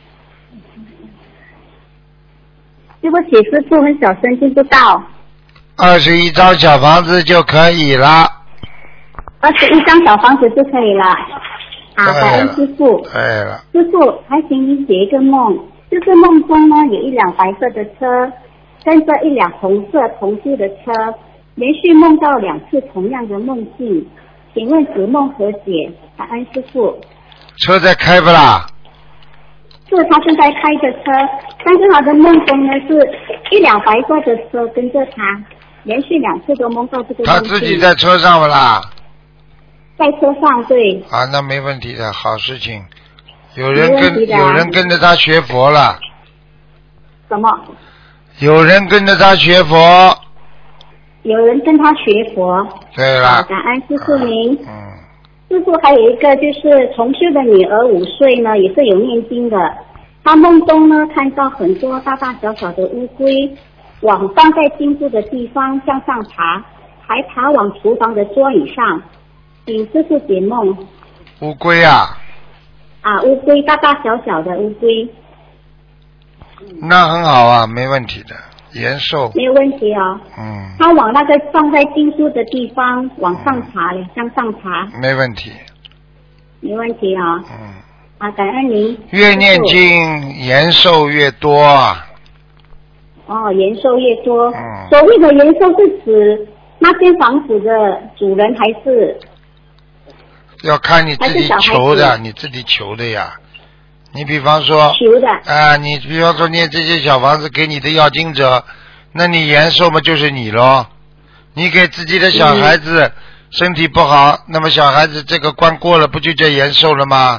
对不起，师父很小声，听不到。 21张小房子就可以了。 21张小房子就可以了。感恩师父。 对了。 师父，还请你解一个梦，就是梦中呢有一辆白色的车，跟着一辆红色同修的车，连续梦到2次同样的梦境，请问此梦何解？感恩师父。 车在开不啦？ 是他正在开着车，但是他的梦中呢是一辆白色的车跟着他，连续2次都梦到这个梦境。 他自己在车上不啦？ 在车上，对。 那没问题的，好事情。 有人跟着他学佛了。 什么？ 有人跟着他学佛。 有人跟他学佛。 对了。 感恩师父您。师父还有一个就是重修的女儿5岁呢，也是有念经的。她梦中呢看到很多大大小小的乌龟往放在经书的地方向上爬，还爬往厨房的桌椅上，请师父解梦。 乌龟啊？ 乌龟大大小小的乌龟。 那很好啊，没问题的，延寿。 没有问题哦。它往那个放在经书的地方往上爬，向上爬。没问题。没问题啊。感恩您。 越念经延寿越多啊。 延寿越多。所谓的延寿是指那间房子的主人还是？ 要看你自己求的，你自己求的呀。你比方说求的你比方说念这些小房子给你的要经者，那你延寿嘛就是你咯。你给自己的小孩子身体不好，那么小孩子这个关过了，不就叫延寿了吗？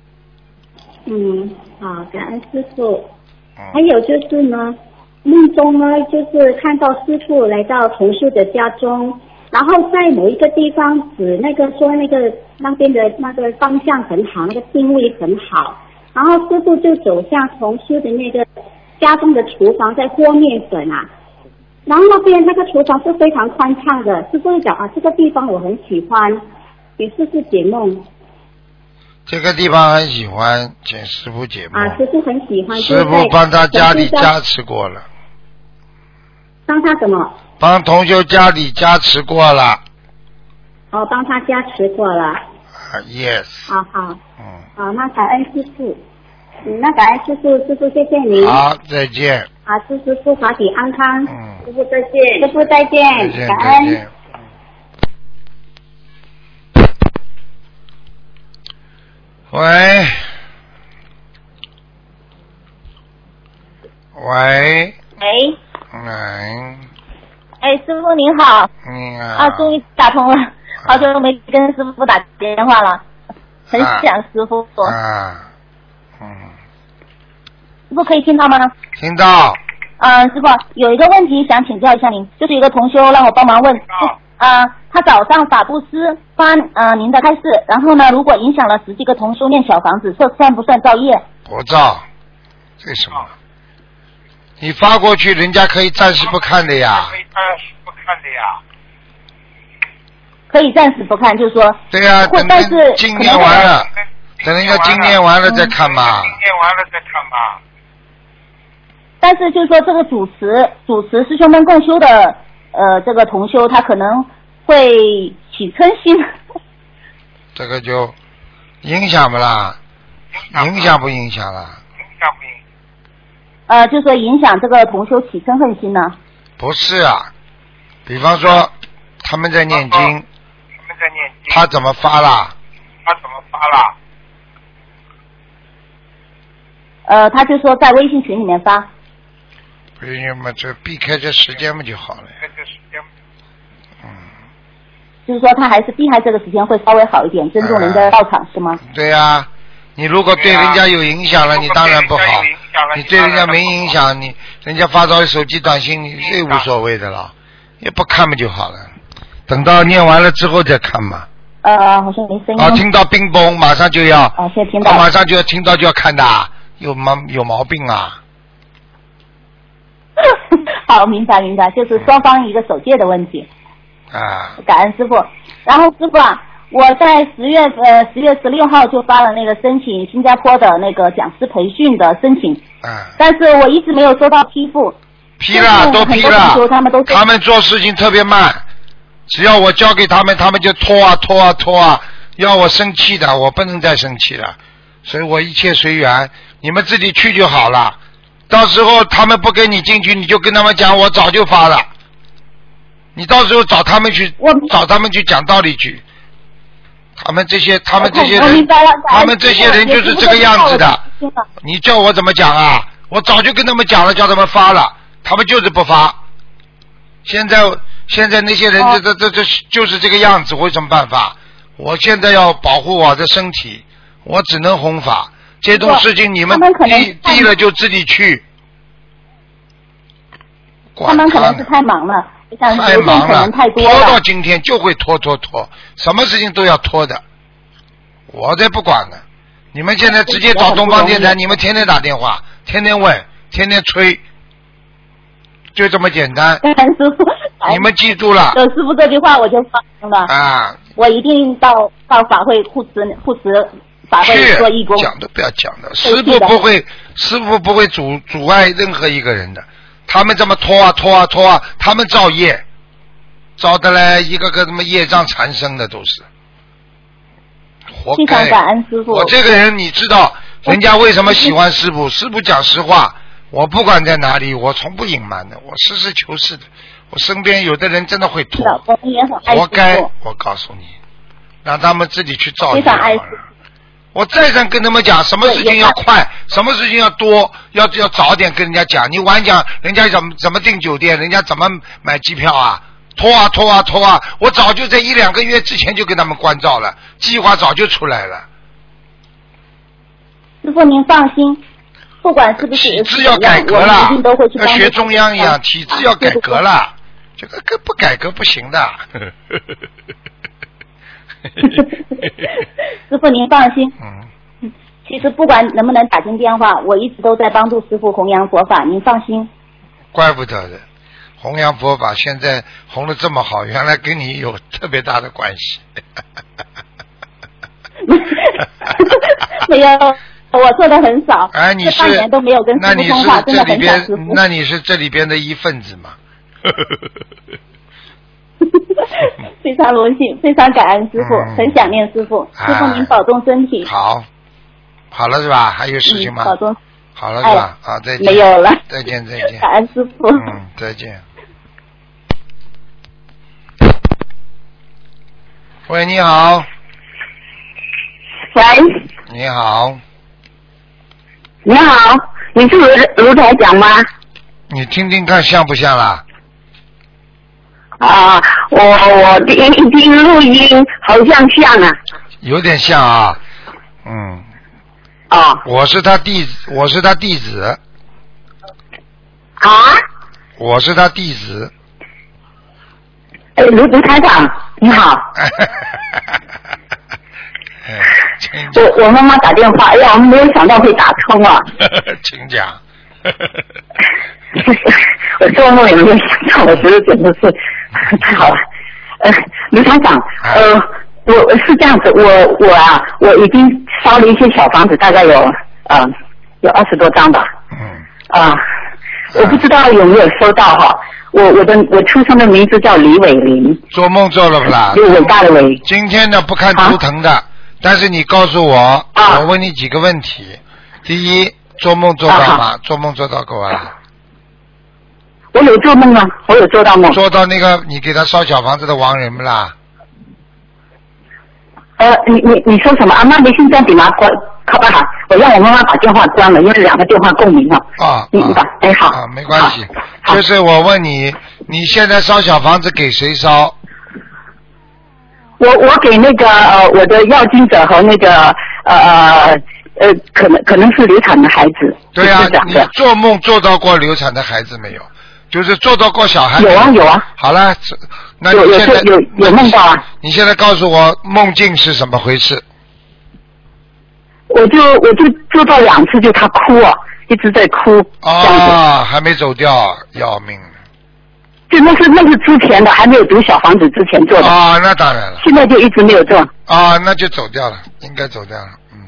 好，感恩师父。还有就是呢，梦中呢就是看到师父来到同修的家中，然后在某一个地方指那个说那边的那个方向很好，那个定位很好，然后师父就走向同修的那个家中的厨房在和面粉啊，然后那边那个厨房是非常宽敞的，师父就讲这个地方我很喜欢，给师父解梦。 这个地方很喜欢，请师父解梦。 师父很喜欢。 师父帮他家里加持过了。 帮他什么？ 帮同修家里加持过了。 帮他加持过了。 yes。 好。那感恩师父。那感恩师父，师父谢谢您。 好，再见。 祝师父法体安康。师父再见。师父再见。感恩。 喂， 师父您好。终于打通了，好久都没跟师父打电话了，很想师父。师父可以听到吗？ 听到。 师父有一个问题想请教一下您，就是有个同修让我帮忙问。他早上法布施发您的开示，然后呢，如果影响了10几个同修念小房子，这算不算造业？ 不造，这什么？你发过去，人家可以暂时不看的呀。 可以暂时不看，就是说。 对呀，等经念完了，等人家经念完了再看嘛。 但是就是说，这个主持师兄们共修的这个同修，他可能会起嗔心。 这个就影响不啦？影响不影响了？ 就说影响这个同修起嗔恨心呢？ 不是啊，比方说他们在念经，他怎么发啦？ 他就说在微信群里面发。 不用嘛，这避开这时间嘛就好了。 就是说他还是避开这个时间会稍微好一点，尊重人家到场是吗？ 对呀，你如果对人家有影响了，你当然不好。你对人家没影响，你人家发到手机短信，你这无所谓的了，也不看嘛就好了。等到念完了之后再看嘛。 好像没声音。 听到冰崩，马上就要。 现在听到。 马上就要听到就要看的，有毛病啊。 好，明白，就是双方一个守戒的问题。感恩师父。然后师父我在10月16号就发了那个申请新加坡的那个讲师培训的申请。但是我一直没有收到批复。 批了，都批了。他们做事情特别慢，只要我交给他们，他们就拖啊，要我生气的，我不能再生气了，所以我一切随缘，你们自己去就好了。到时候他们不给你进去，你就跟他们讲我早就发了，你到时候找他们去讲道理去。他们这些人就是这个样子的。你叫我怎么讲啊？我早就跟他们讲了，叫他们发了，他们就是不发。现在那些人这就是这个样子，我有什么办法？我现在要保护我的身体，我只能弘法。 这种事情你们低了就自己去。 他们可能是太忙了， 太忙了， 拖到今天就会拖，什么事情都要拖的。我才不管呢！你们现在直接找东方电台，你们天天打电话，天天问，天天催，就这么简单。 师傅， 你们记住了。 有师傅这句话我就放心了。 啊！ 我一定到法会护持法会做义工。 讲都不要讲的，师傅不会阻碍任何一个人的。他们这么拖啊，他们造业，造的嘞一个个什么业障缠身的都是，活该。 非常感恩师傅。 我这个人你知道，人家为什么喜欢师傅？师傅讲实话，我不管在哪里，我从不隐瞒的，我实事求是的。我身边有的人真的会拖，活该。我告诉你，让他们自己去造业。 非常爱师傅。 我再三跟他们讲，什么事情要快，什么事情要多，要早点跟人家讲。你晚讲，人家怎么订酒店，人家怎么买机票啊？拖啊！我早就在1-2个月之前就跟他们关照了，计划早就出来了。 师傅您放心，不管是不是体制要改革了， 要学中央一样，体制要改革了，这个不改革不行的。 师傅您放心，其实不管能不能打进电话，我一直都在帮助师傅弘扬佛法，您放心。 怪不得的，弘扬佛法现在红得这么好，原来跟你有特别大的关系。 没有，我做的很少。 哎，你是这半年都没有跟师傅通话，真的很想师傅。 那你是这里边的一份子嘛？ 非常荣幸，非常感恩师傅，很想念师傅。师傅您保重身体。 好了是吧？还有事情吗？ 保重。 好了是吧？啊，再见。 没有了。 再见。 感恩师傅。 再见。喂，你好。 喂。 你好。 你好，你是卢台长吗？ 你听听看像不像啦？ 啊，我听录音好像像啊， 有点像啊，我是他弟子。 啊？ 我是他弟子。 卢台长，你好。我妈妈打电话，哎呀，我们没有想到会打通啊。 请讲。 我做梦也没有想到，我觉得简直是太好了。卢台长，我是这样子，我已经烧了一些小房子，大概有20多张吧。我不知道有没有收到哈。我出生的名字叫李伟林。 做梦做了不啦？ 有伟大的伟。 今天呢不看图腾的，但是你告诉我，我问你几个问题。第一，做梦做到吗？做梦做到过啊？ 我有做梦啊，我有做到梦。 做到那个你给他烧小房子的亡人不啦？ 你说什么？阿妈，你现在给妈关，好不好？我让我妈妈把电话关了，因为2个电话共鸣了。你把好。 没关系。就是我问你，你现在烧小房子给谁烧？ 我给那个我的要经者和那个可能是流产的孩子。 对啊，你做梦做到过流产的孩子没有？就是做到过小孩。 有啊。 好了，那你现在有梦到啊？ 你现在告诉我梦境是怎么回事？ 我就做到2次，就他哭啊，一直在哭。 还没走掉，要命了。 就那是之前的，还没有读小房子之前做的。 那当然了。 现在就一直没有做。 那就走掉了，应该走掉了。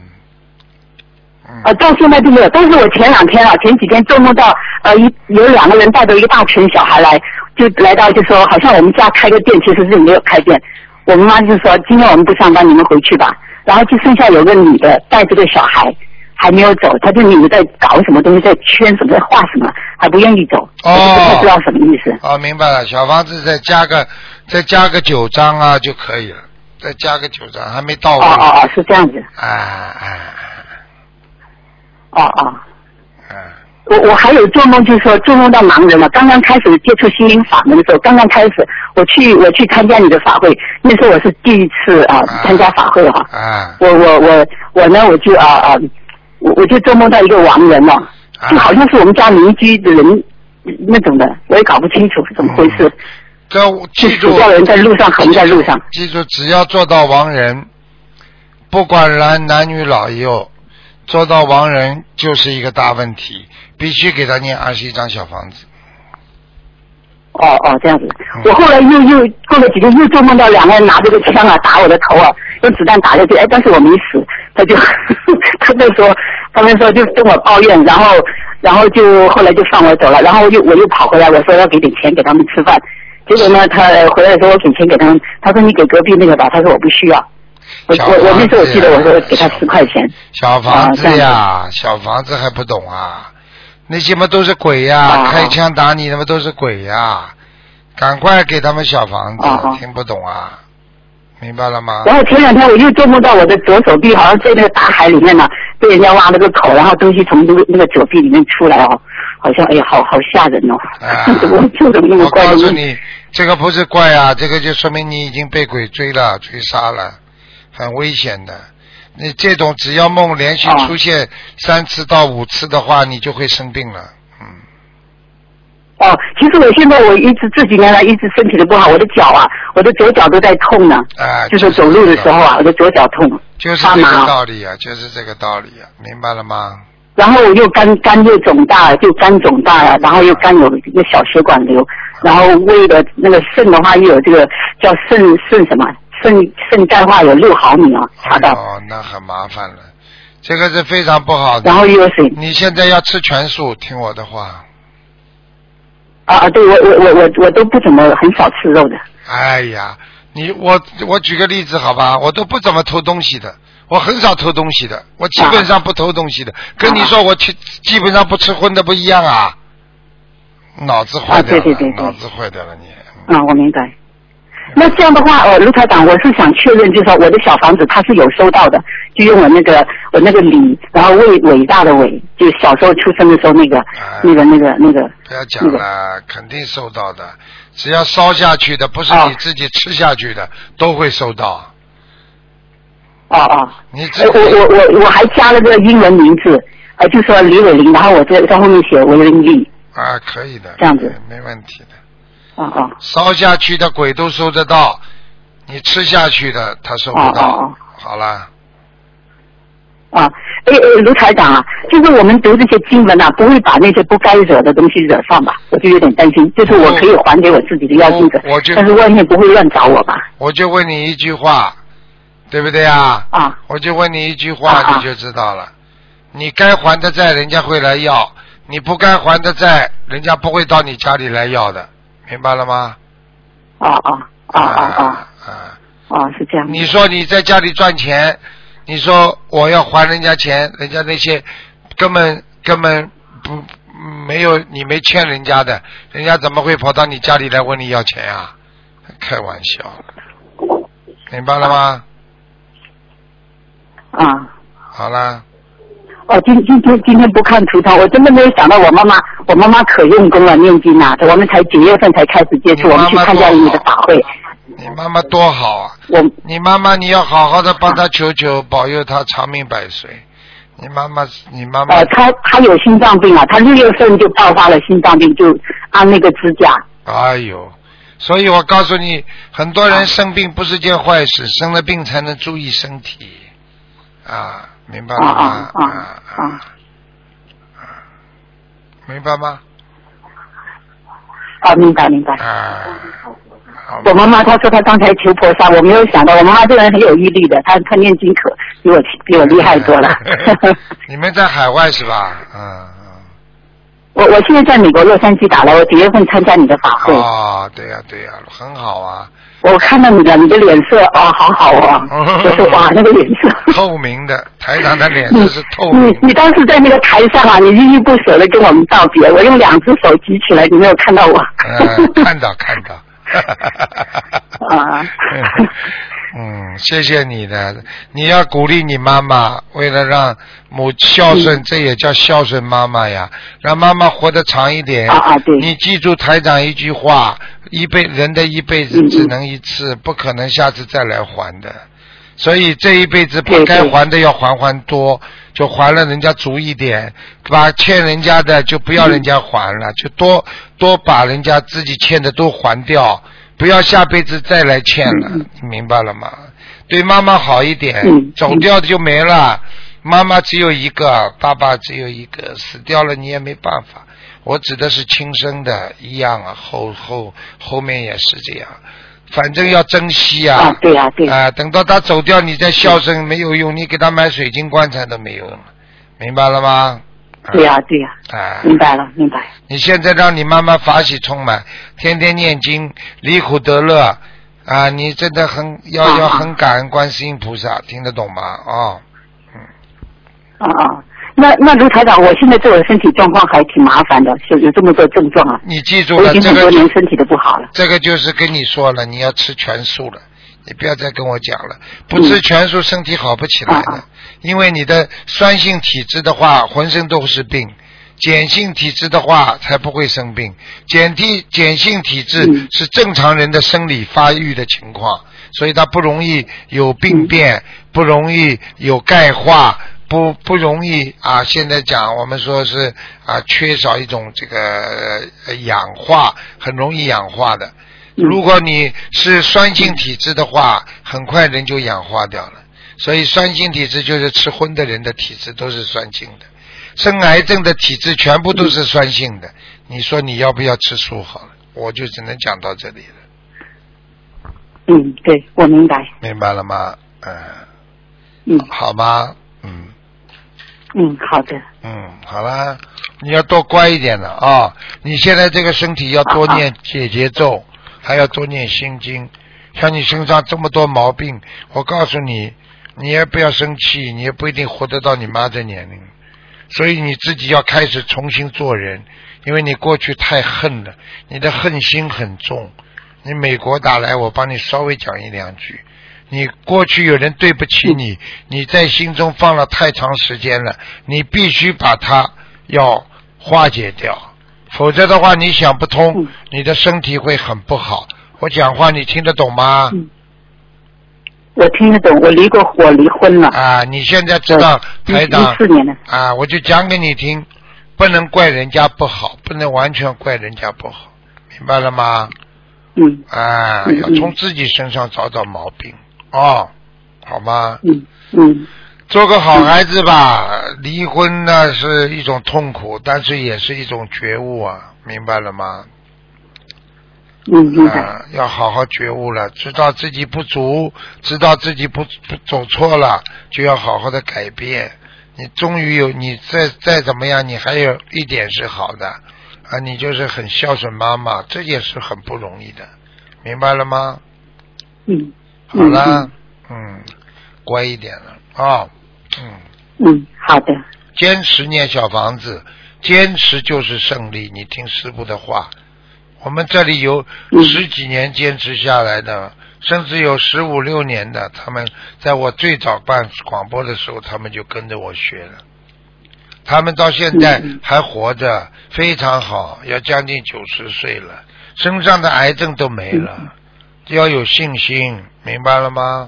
到现在都没有，但是我前几天做梦到有2个人带着一个大群小孩来，就来到就说好像我们家开个店，其实是没有开店。我妈妈就说今天我们不上班，你们回去吧。然后就剩下有个女的带着个小孩还没有走，她就女的在搞什么东西，在圈什么，在画什么，还不愿意走。我就不太知道什么意思。 明白了，小房子再加个9张啊就可以了，再加个9张还没到位。 是这样子。我还有做梦，就是说做梦到盲人了。刚刚开始接触心灵法门的时候，刚刚开始我去参加你的法会，那时候我是第一次参加法会哈。我呢我就我就做梦到一个亡人哦，就好像是我们家邻居的人那种的，我也搞不清楚是怎么回事。 记住， 死掉人在路上横在路上。 记住，只要做到亡人，不管男女老幼，做到亡人就是一个大问题，必须给他念21张小房子。 哦，这样子。我后来又过了几天，又做梦到两个人拿这个枪啊打我的头啊，用子弹打下去，但是我没死，他们说就跟我抱怨，然后就后来就放我走了，然后我又跑回来，我说要给点钱给他们吃饭，结果呢他回来说我给钱给他们，他说你给隔壁那个吧，他说我不需要。我那时候我记得我说给他10块钱。 小房子呀，小房子还不懂啊？那些嘛都是鬼呀，开枪打你的嘛都是鬼呀，赶快给他们小房子，听不懂啊？明白了吗？ 然后前2天我又做梦到我的左手臂好像在那个大海里面呢，被人家挖了个口，然后东西从那个左臂里面出来哦，好像哎呀好吓人哦！我告诉你，这个不是怪啊，这个就说明你已经被鬼追杀了，很危险的。你这种只要梦连续出现3次到5次的话，你就会生病了。 其实我现在这几年来一直身体的不好，我的脚啊，我的左脚都在痛呢。就是走路的时候啊，我的左脚痛， 就是这个道理啊，就是这个道理啊，明白了吗？ 然后我又肝又肿大，就肝肿大了，然后又肝有一个小血管瘤，然后胃的那个肾的话又有这个叫肾什么？肾钙化有6毫米啊，查到。 那很麻烦了，这个是非常不好的。 然后又有水。 你现在要吃全素，听我的话。 对，我都不怎么很少吃肉的。 哎呀，我举个例子好吧，我都不怎么偷东西的，我很少偷东西的，我基本上不偷东西的。跟你说我基本上不吃荤的不一样啊，脑子坏掉了， 对， 脑子坏掉了你。 我明白。那这样的话，卢台长，我是想确认，就是说我的小房子他是有收到的，就用我那个李，然后伟大的伟，就小时候出生的时候那个。 不要讲了，肯定收到的，只要烧下去的，不是你自己吃下去的，都会收到。你我还加了个英文名字，就说李伟林，然后我在后面写维林利。 可以的， 这样子没问题的。 烧下去的鬼都收得到，你吃下去的他收不到。好了。 卢台长啊，就是我们读这些经文啊，不会把那些不该惹的东西惹上吧？我就有点担心，就是我可以还给我自己的要经者，但是外面不会乱找我吧？ 我就问你一句话，对不对啊？我就问你一句话，你就知道了。你该还的债，人家会来要；你不该还的债，人家不会到你家里来要的。明白了吗？ 是这样。 你说你在家里赚钱，你说我要还人家钱，人家那些根本不没有，你没欠人家的，人家怎么会跑到你家里来问你要钱啊？开玩笑，明白了吗？好了。 今天不看图腾，我真的没有想到我妈妈可用功了，念经啊！我们才9月份才开始接触，我们去参加你的法会。 你妈妈多好啊！你妈妈你要好好的帮她求求，保佑她长命百岁。你妈妈。 她有心脏病啊，她6月份就爆发了心脏病，就安那个支架。 哎呦，所以我告诉你，很多人生病不是件坏事，生了病才能注意身体啊。明白了吗？明白吗？ 明白。我妈妈她说她刚才求菩萨，我没有想到我妈妈这个人很有毅力的，她念经可比我厉害多了。 你们在海外是吧？ 我现在在美国洛杉矶打了，我9月份参加你的法会。 对呀，很好啊。 我看到你的脸色好好啊！我说哇，那个脸色透明的，台长的脸色是透明的。 你当时在那个台上啊，你依依不舍的跟我们道别，我用2只手举起来，你没有看到我？ 看到。谢谢你的，你要鼓励你妈妈，为了让孝顺，这也叫孝顺妈妈呀，让妈妈活得长一点。 对。 你记住台长一句话，人的一辈子只能一次，不可能下次再来还的。 所以这一辈子把该还的要还多，就还了人家足一点，把欠人家的就不要人家还了，就多把人家自己欠的都还掉，不要下辈子再来欠了，明白了吗？对妈妈好一点，走掉的就没了。妈妈只有一个，爸爸只有一个，死掉了你也没办法。我指的是亲生的，一样啊，后面也是这样。反正要珍惜啊！ 对呀，对啊，等到他走掉，你再孝顺没有用，你给他买水晶棺材都没有用，明白了吗？ 对呀，对呀，明白了，明白。 你现在让你妈妈法喜充满，天天念经，离苦得乐啊！你真的要很感恩观世音菩萨，听得懂吗？ 那卢台长，我现在对我的身体状况还挺麻烦的，有这么多症状啊。 你记住了， 我已经很多年身体都不好了。 这个就是跟你说了，你要吃全素了，你不要再跟我讲了，不吃全素身体好不起来的，因为你的酸性体质的话，浑身都是病。碱性体质的话才不会生病，碱性体质是正常人的生理发育的情况，所以它不容易有病变，不容易有钙化，不容易啊。现在讲我们说是啊，缺少一种这个氧化，很容易氧化的。如果你是酸性体质的话，很快人就氧化掉了。所以酸性体质就是吃荤的人的体质都是酸性的。生癌症的体质全部都是酸性的，你说你要不要吃素好了？我就只能讲到这里了。 对，我明白。 明白了吗？好吗？ 好的。 好啦，你要多乖一点了啊！你现在这个身体要多念解结咒，还要多念心经。像你身上这么多毛病，我告诉你，你也不要生气，你也不一定活得到你妈这年龄。所以你自己要开始重新做人，因为你过去太恨了，你的恨心很重。你美国打来，我帮你稍微讲一两句。你过去有人对不起你，你在心中放了太长时间了，你必须把它要化解掉，否则的话你想不通，你的身体会很不好。我讲话你听得懂吗？ 我听得懂，我离婚了。 啊，你现在知道台长 14年了。 啊，我就讲给你听，不能怪人家不好，不能完全怪人家不好，明白了吗？要从自己身上找找毛病好吗？做个好孩子吧。离婚呢是一种痛苦，但是也是一种觉悟啊，明白了吗？ 明白。 要好好觉悟了，知道自己不足，知道自己不走错了，就要好好的改变。你终于有，你再怎么样，你还有一点是好的啊，你就是很孝顺妈妈，这也是很不容易的，明白了吗？好了，乖一点了啊。 好的。 坚持念小房子，坚持就是胜利。你听师父的话。我们这里有10几年坚持下来的，甚至有15、16年的，他们在我最早办广播的时候，他们就跟着我学了。他们到现在还活着，非常好，要将近90岁了，身上的癌症都没了，要有信心，明白了吗？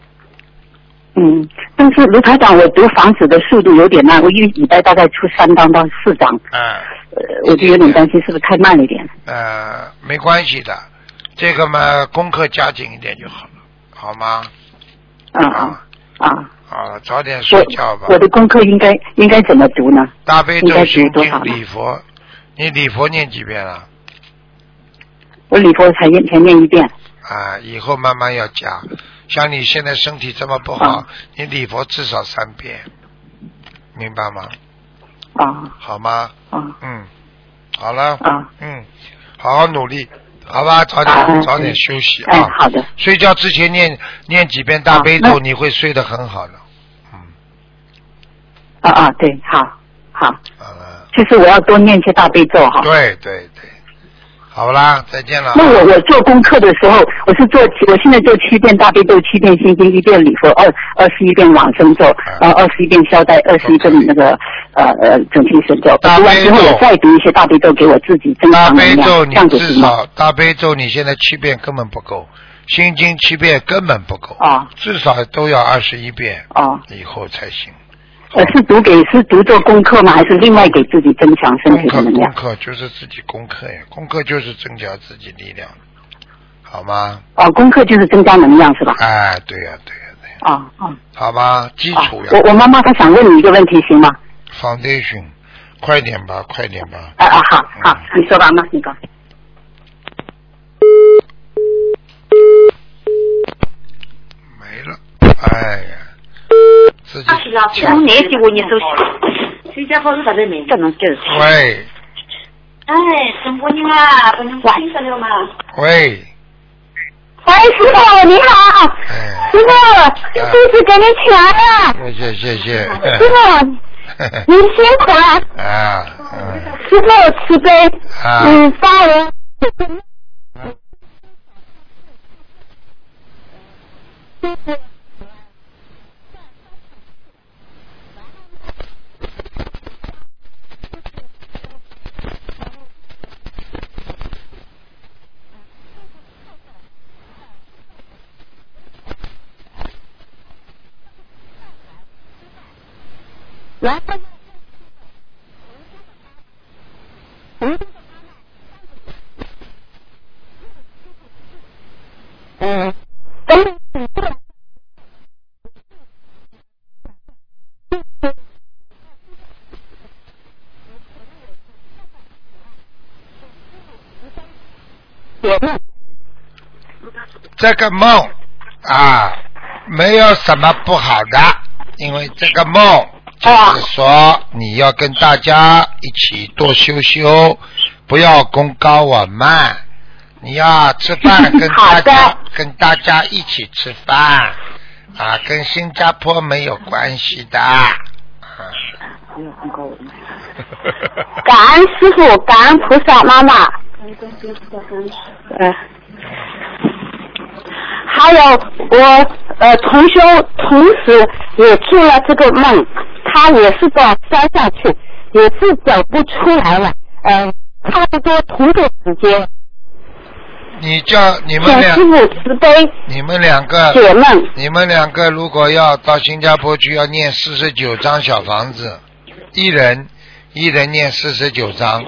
但是卢台长，我读房子的速度有点慢，我一个礼拜大概出3张到4张。我就有点担心是不是太慢了一点。 没关系的，这个嘛功课加紧一点就好了，好吗？早点睡觉吧。 我的功课应该怎么读呢？ 大悲咒、心经、礼佛。你礼佛念几遍了？ 我礼佛才念1遍。 以后慢慢要加。像你现在身体这么不好，你礼佛至少3遍，明白吗？好吗？好了。好好努力，好吧？早点休息啊。 好的。 睡觉之前念几遍大悲咒，你会睡得很好的。 对，好了。就是我要多念一些大悲咒哈。 对。好啦，再见了。 那我做功课的时候，我现在做7遍大悲咒，7遍心经，1遍礼佛，21遍往生咒，然后21遍消灾，21遍那个准提神咒。读完之后，我再读一些大悲咒给我自己增强能量。 大悲咒你至少大悲咒你现在7遍根本不够， 心经7遍根本不够，至少都要21遍以后才行。 是读做功课吗？还是另外给自己增强身体的能量？ 功课就是自己功课呀，功课就是增加自己力量，好吗？ 功课就是增加能量是吧？ 哎，对呀。好吧，基础呀。 我妈妈她想问你一个问题，行吗 ？Foundation， 快点吧。 好，你说吧，妈，你讲。 没了，哎呀。自己从那句问你手机，新加坡是啥子名？这能就是。 喂。 哎，陈姑娘啊，不能关上了吗？ 喂。 喂，师傅你好。师傅，弟子给你钱了。 谢谢。 师傅，你辛苦了。师傅慈悲。发人。来， 这个梦没有什么不好的，因为这个梦就是说你要跟大家一起多修修，不要功高我慢，你要吃饭跟大家一起吃饭跟新加坡没有关系的感恩师父，感恩菩萨妈妈。还有我同修同时也做了这个梦，他也是到山上去，也是走不出来了，差不多同个时间。 你叫你们俩， 师父慈悲， 你们两个解梦， 你们两个如果要到新加坡去，要念49张小房子，一人念49张。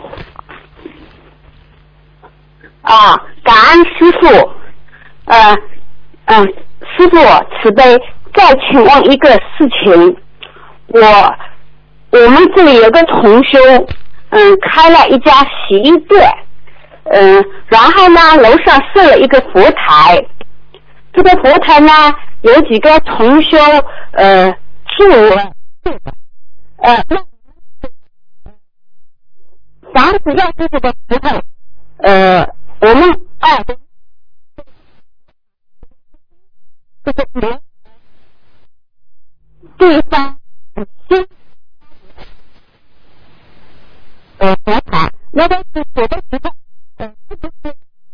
感恩师父。师父慈悲，再请问一个事情，我们这里有个同修，开了一家洗衣店，然后呢，楼上设了一个佛台，这个佛台呢，有几个同修，房子要是这个时候，我们这个对方佛台，那个是有的时候，是不是？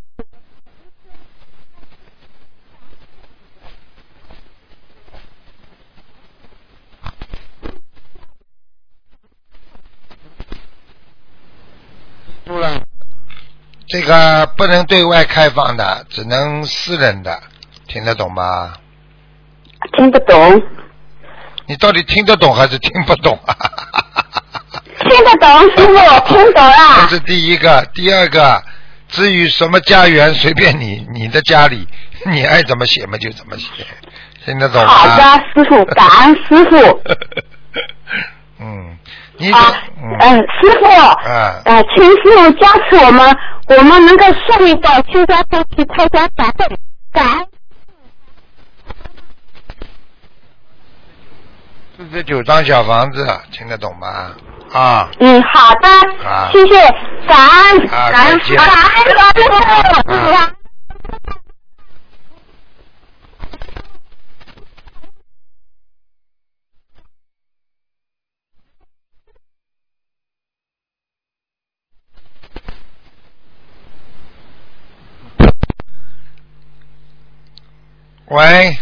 这个不能对外开放的，只能私人的，听得懂吗？ 听得懂。 你到底听得懂还是听不懂啊？ 听得懂，师傅，听懂了。 这是第一个，第二个，至于什么家园随便你，你的家里你爱怎么写嘛就怎么写，听得懂吗？ 好的，师傅，感恩师傅。 你师傅，请师傅加持我们能够顺利到新加坡去参加法会，感恩。 49张小房子，听得懂吗？ 好的，谢谢，感恩，感恩，师傅。 喂。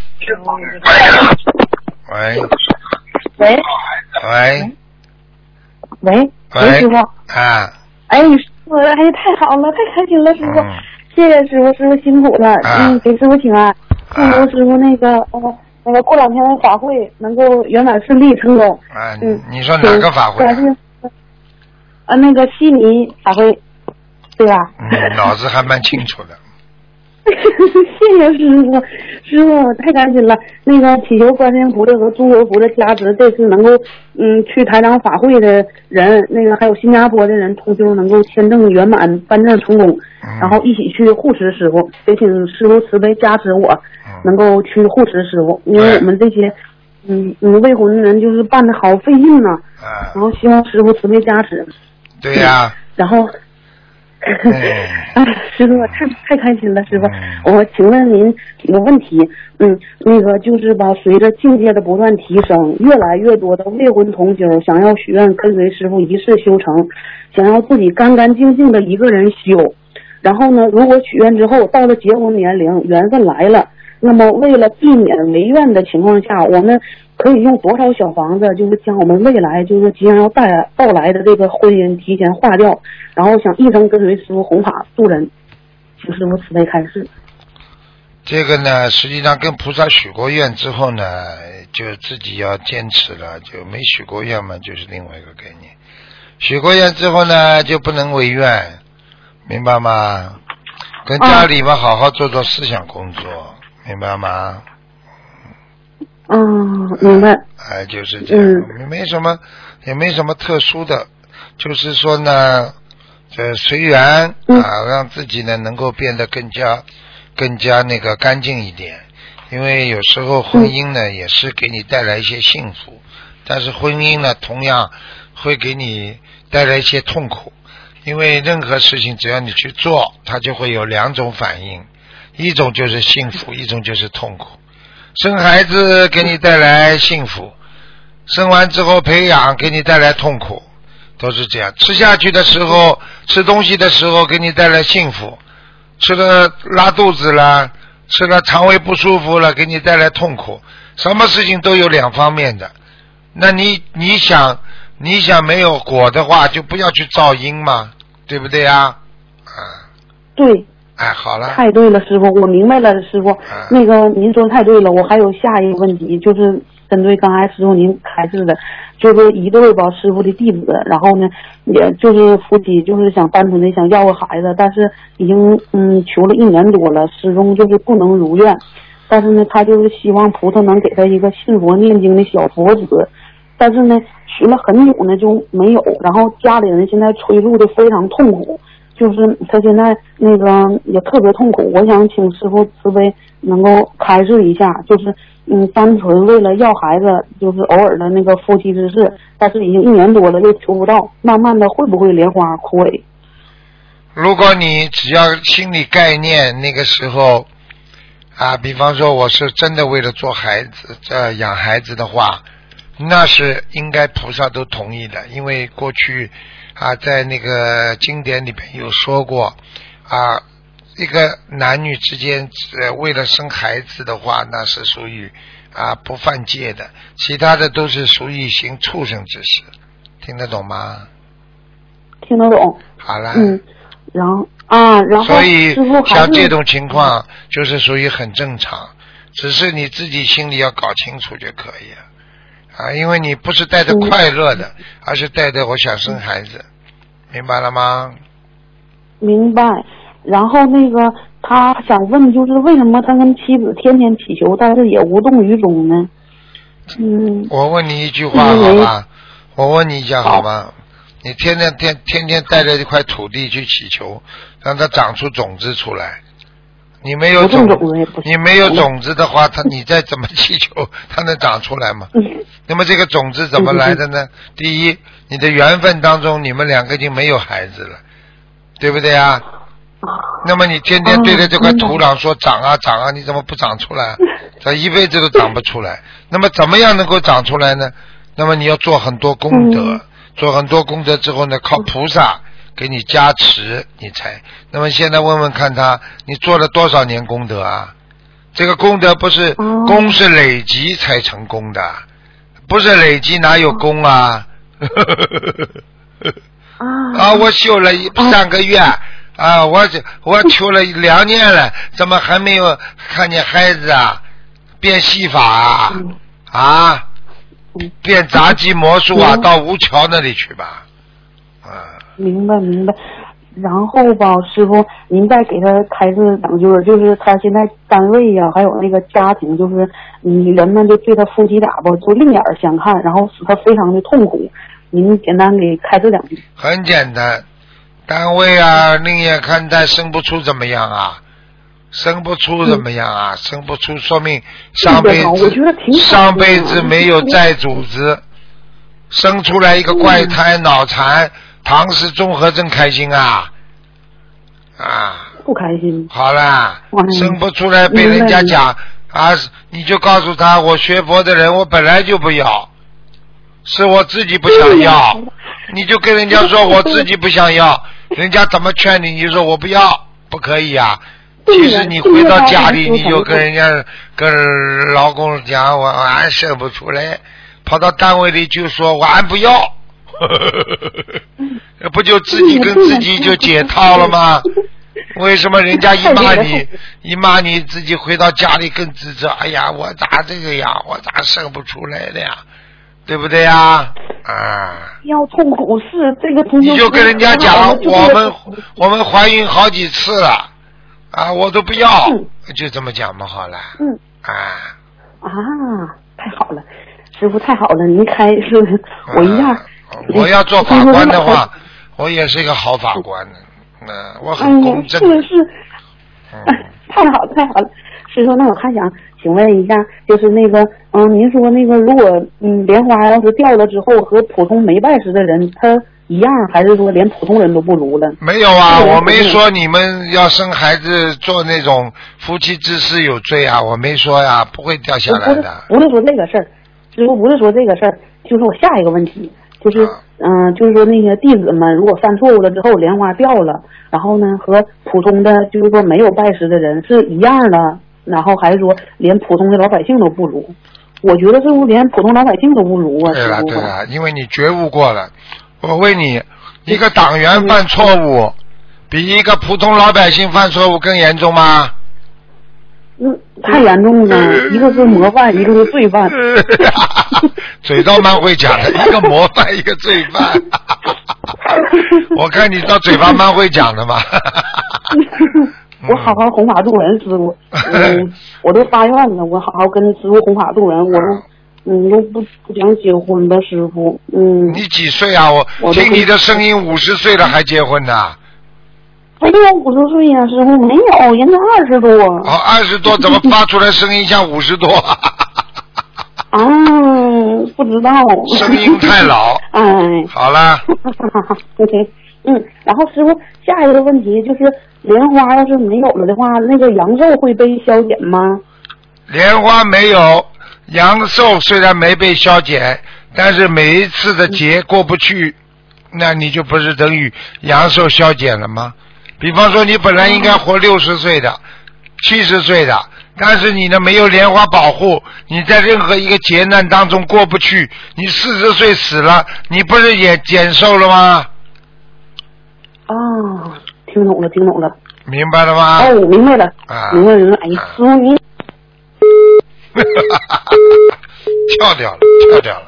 喂，师傅。 哎， 师傅，哎，太好了，太开心了，师傅。 谢谢师傅，师傅辛苦了。给师傅请安。祝师傅那个过两天的法会能够圆满顺利成功。 你说哪个法会？ 那个悉尼法会，对吧？ 脑子还蛮清楚的。 谢谢师傅，师傅太开心了。那个祈求观世音菩萨和诸佛菩萨加持，这次能够去台长法会的人，那个还有新加坡的人，同修能够签证圆满，颁证成功，然后一起去护持师傅。也请师傅慈悲加持我，能够去护持师傅，因为我们这些未婚的人就是办的好费劲呢。然后希望师傅慈悲加持。 对呀。 然后。师傅太开心了，师傅，我请问您几个问题。那个就是吧，随着境界的不断提升，越来越多的未婚同修想要许愿跟随师傅一世修成，想要自己干干净净的一个人修。然后呢，如果许愿之后到了结婚年龄，缘分来了，那么为了避免违愿的情况下，我们可以用多少小房子，就是将我们未来就是即将要到来的这个婚姻提前化掉，然后想一生跟随师傅弘法度人，请师傅慈悲开示。 这个呢，实际上跟菩萨许过愿之后呢，就自己要坚持了，就没许过愿嘛，就是另外一个概念。许过愿之后呢，就不能违愿，明白吗？跟家里嘛好好做做思想工作，明白吗？ 明白。 就是这样，也没什么特殊的，就是说呢，随缘让自己呢能够变得更加那个干净一点。因为有时候婚姻呢也是给你带来一些幸福，但是婚姻呢同样会给你带来一些痛苦。因为任何事情只要你去做，它就会有两种反应，一种就是幸福，一种就是痛苦。生孩子给你带来幸福，生完之后培养给你带来痛苦，都是这样。吃下去的时候，吃东西的时候给你带来幸福，吃了拉肚子了，吃了肠胃不舒服了，给你带来痛苦。什么事情都有两方面的。那你想没有果的话，就不要去造因嘛，对不对呀？ 对。 好了。 太对了，师傅，我明白了，师傅。那个您说太对了，我还有下一个问题，就是针对刚才师傅您开示的，就是一对吧师傅的弟子，然后呢，也就是夫妻就是想单纯的想要个孩子，但是已经求了1年多了，始终就是不能如愿。但是呢，他就是希望菩萨能给他一个信佛念经的小佛子，但是呢，许了很久呢就没有，然后家里人现在催促的非常痛苦。就是他现在那个也特别痛苦，我想请师傅慈悲能够开示一下，就是单纯为了要孩子，就是偶尔的那个夫妻之事，但是已经1年多了又求不到，慢慢的会不会莲花枯萎？ 如果你只要心理概念，那个时候比方说我是真的为了做孩子养孩子的话，那是应该菩萨都同意的，因为过去在那个经典里边有说过一个男女之间为了生孩子的话，那是属于不犯戒的，其他的都是属于行畜生之事，听得懂吗？ 听得懂。 好了。 然后所以像这种情况就是属于很正常，只是你自己心里要搞清楚就可以了。因为你不是带着快乐的，而是带着我想生孩子，明白了吗？ 明白。然后那个他想问，就是为什么他跟妻子天天祈求，但是也无动于衷呢？ 我问你一句话好吧？我问你一下好吗？你天天带着一块土地去祈求，让它长出种子出来。你没有种子的话，你再怎么祈求，它能长出来吗？那么这个种子怎么来的呢？第一，你的缘分当中，你们两个已经没有孩子了，对不对啊？那么你天天对着这块土壤说长啊长啊，你怎么不长出来？它一辈子都长不出来。那么怎么样能够长出来呢？那么你要做很多功德，做很多功德之后呢，靠菩萨给你加持，你才。那么现在问问看他，你做了多少年功德啊？这个功德不是功是累积才成功的，不是累积哪有功啊？我修了3个月， 啊，我求了2年了，怎么还没有看见孩子啊？变戏法啊？啊？变杂技魔术啊？到吴桥那里去吧。 明白。然后吧，师傅，您再给他开示2句，就是他现在单位呀，还有那个家庭，就是人们就对他夫妻俩吧，就另眼相看，然后使他非常的痛苦。您简单给开示2句。 很简单，单位啊，另眼看待，生不出怎么样啊？生不出怎么样啊？生不出说明上辈子没有债主子，生出来一个怪胎脑残。唐氏综合症开心啊？ 不开心。 好了，生不出来被人家讲啊，你就告诉他，我学佛的人，我本来就不要，是我自己不想要。你就跟人家说我自己不想要，人家怎么劝你？你说我不要，不可以啊。其实你回到家里，你就跟人家跟老公讲，我俺生不出来，跑到单位里就说我俺不要。不就自己跟自己就解套了吗？为什么人家一骂你自己回到家里更自责？哎呀，我咋这个呀？我咋生不出来的呀？对不对呀？ 要痛苦是这个。 你就跟人家讲，我们怀孕好几次了啊，我都不要，就这么讲嘛，好了。 太好了，师傅太好了，您开示我一样。 我要做法官的话，我也是一个好法官。我很公正。 是，太好了。师傅，那我还想请问一下，就是那个，您说那个，如果莲花要是掉了之后，和普通没拜师的人他一样，还是说连普通人都不如了？ 没有啊，我没说你们要生孩子做那种夫妻之事有罪啊，我没说呀，不会掉下来的。 不是说这个事儿，师傅不是说这个事儿，就是我下一个问题。就是就是说那些弟子们如果犯错误了之后莲花掉了，然后呢和普通的就是说没有拜师的人是一样的，然后还是说连普通的老百姓都不如？我觉得是不是连普通老百姓都不如啊？ 对了，因为你觉悟过了。我问你，一个党员犯错误，比一个普通老百姓犯错误更严重吗？ 太严重了，一个是模范，一个是罪犯。 嘴倒蛮会讲的，一个模范，一个罪犯。我看你到嘴巴蛮会讲的嘛。 我好好弘法度人，师傅。我都发愿了，我好好跟师傅弘法度人，我都不想结婚的，师傅。 你几岁啊？我听你的声音50岁了还结婚呢？ 没有50岁呀，师傅没有，人家20多。 20多怎么发出来声音像50多？ 不知道。 声音太老。好了。 然后师傅下一个问题就是，莲花要是没有了的话，那个阳寿会被消减吗？ 莲花没有，阳寿虽然没被消减，但是每一次的劫过不去，那你就不是等于阳寿消减了吗？比方说你本来应该活60岁的70岁的，但是你呢没有莲花保护，你在任何一个劫难当中过不去，你40岁死了，你不是也减寿了吗？ 听懂了。 明白了吗？ 明白了。明白。哎，师傅你跳掉了。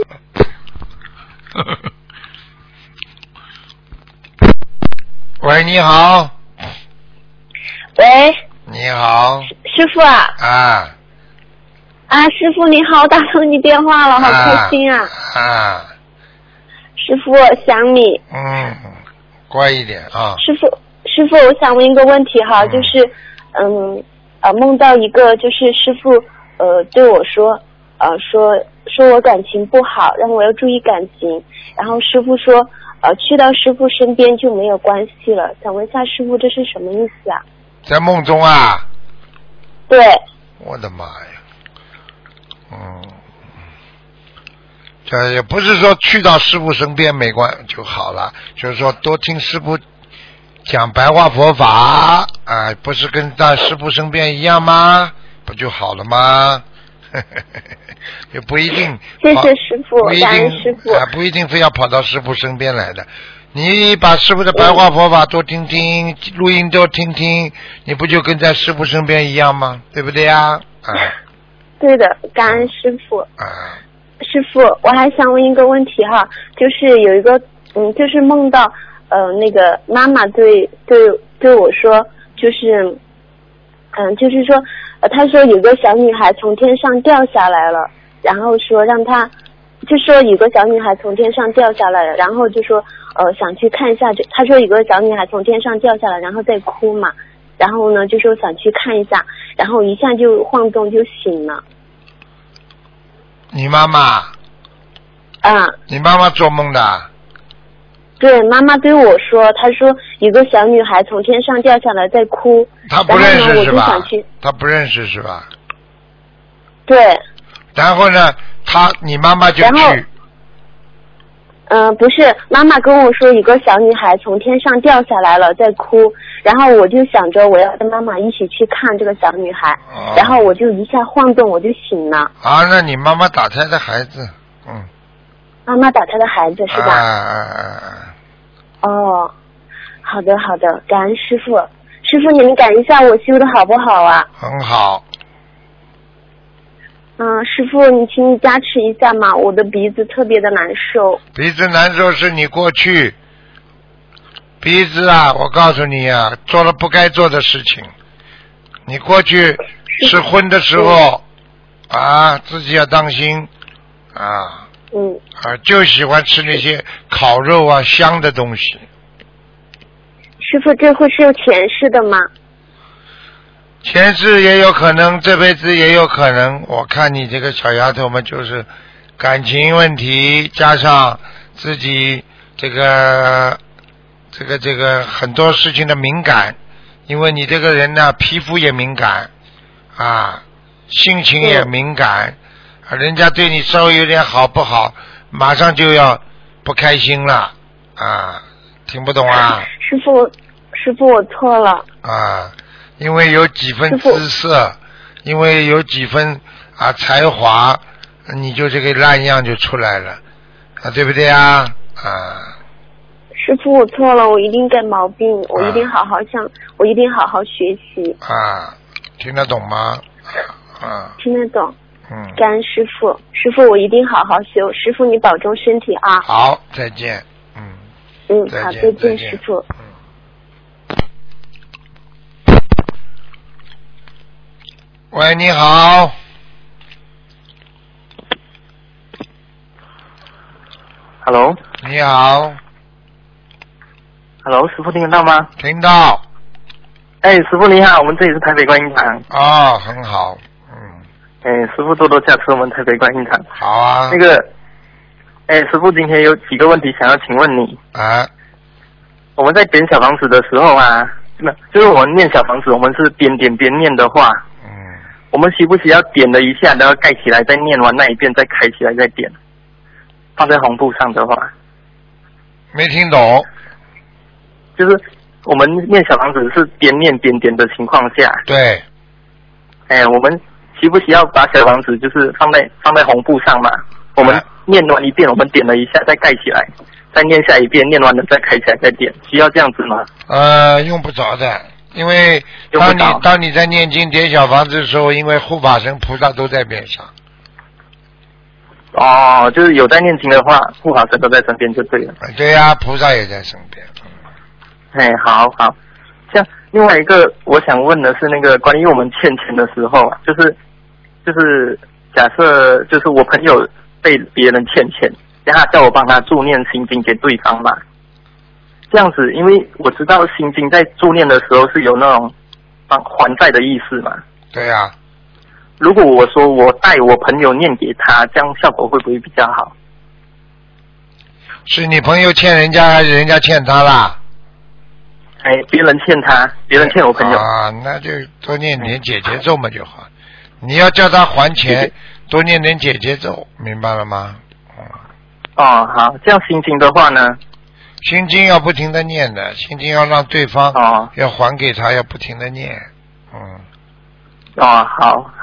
喂，你好。 喂。 你好。 师傅啊。师傅你好，打通你电话了，好开心啊。师傅想你。 乖一点啊。 师傅，我想问一个问题哈，就是梦到一个就是师傅对我说我感情不好，让我要注意感情，然后师傅说去到师傅身边就没有关系了，想问一下师傅这是什么意思啊？ 在梦中啊？ 对。 我的妈呀！这也不是说去到师父身边没关就好了，就是说多听师父讲白话佛法不是跟在师父身边一样吗？不就好了吗？也不一定。 谢谢师父，感恩师父。 不一定非要跑到师父身边来的， 你把师父的白话佛法多听听，录音多听听，你不就跟在师父身边一样吗？对不对呀？ 对的，感恩师父。师父，我还想问一个问题哈，就是有一个就是梦到那个妈妈对我说，就是就是说她说有个小女孩从天上掉下来了，然后说让她就说有个小女孩从天上掉下来了，然后就说想去看一下，她说有个小女孩从天上掉下来，然后在哭嘛，然后呢就说想去看一下，然后一下就晃动就醒了。 你妈妈？你妈妈做梦的？ 对，妈妈对我说，她说有个小女孩从天上掉下来在哭。 她不认识是吧？ 她不认识是吧？ 对。 然后呢，你妈妈就去。 不是，妈妈跟我说有个小女孩从天上掉下来了在哭，然后我就想着我要跟妈妈一起去看这个小女孩，然后我就一下晃动我就醒了。 那你妈妈打胎的孩子， 妈妈打胎的孩子是吧？哦，好的好的，感恩师父。师父您感一下我修的好不好啊？ 很好。 师父你请你加持一下嘛，我的鼻子特别的难受。 鼻子难受是你过去鼻子我告诉你做了不该做的事情。你过去吃荤的时候自己要当心就喜欢吃那些烤肉香的东西。 师父这会是有前世的吗？ 前世也有可能，这辈子也有可能。我看你这个小丫头们就是感情问题，加上自己这个很多事情的敏感，因为你这个人呢，皮肤也敏感心情也敏感人家对你稍微有点好不好，马上就要不开心了听不懂师父我错了因为有几分姿色，因为有几分才华，你就这个烂样就出来了对不对师父我错了，我一定改毛病，我一定好好我一定好好学习听得懂吗？ 听得懂。感恩师父，师父我一定好好修，师父你保重身体好，再见。 好，再见师父。 喂，你好。 Hello。 你好。 Hello， 师父听得到吗？ 听到。 师父你好，我们这里是台北观音堂。 很好。 师父多多加持我们台北观音堂。 好那个，师父今天有几个问题想要请问你。我们在点小房子的时候就是我们念小房子，我们是边点边念的话。我们需不需要点了一下，然后盖起来，再念完那一遍，再开起来，再点？放在红布上的话， 没听懂。 就是我们念小房子是边念边点的情况下， 对。 我们需不需要把小房子就是放在红布上嘛？我们念完一遍，我们点了一下，再盖起来，再念下一遍，念完了再开起来，再点，需要这样子吗？ 用不着的。因为当你在念经点小房子的时候，因为护法神菩萨都在边上。 就是有在念经的话，护法神都在身边就对了。 对呀，菩萨也在身边。 好。像另外一个我想问的是那个关于我们欠钱的时候就是假设就是我朋友被别人欠钱，然后他叫我帮他助念心经给对方嘛。这样子，因为我知道心经在助念的时候是有那种还债的意思嘛。 对呀。 如果我说我带我朋友念给他，这样效果会不会比较好？ 是你朋友欠人家还是人家欠他啦？ 别人欠他，别人欠我朋友。 那就多念点解结咒嘛就好。你要叫他还钱，多念点解结咒，明白了吗？ 好，这样心经的话呢？ 心经要不停的念的，心经要让对方要还给他，要不停的念。 好。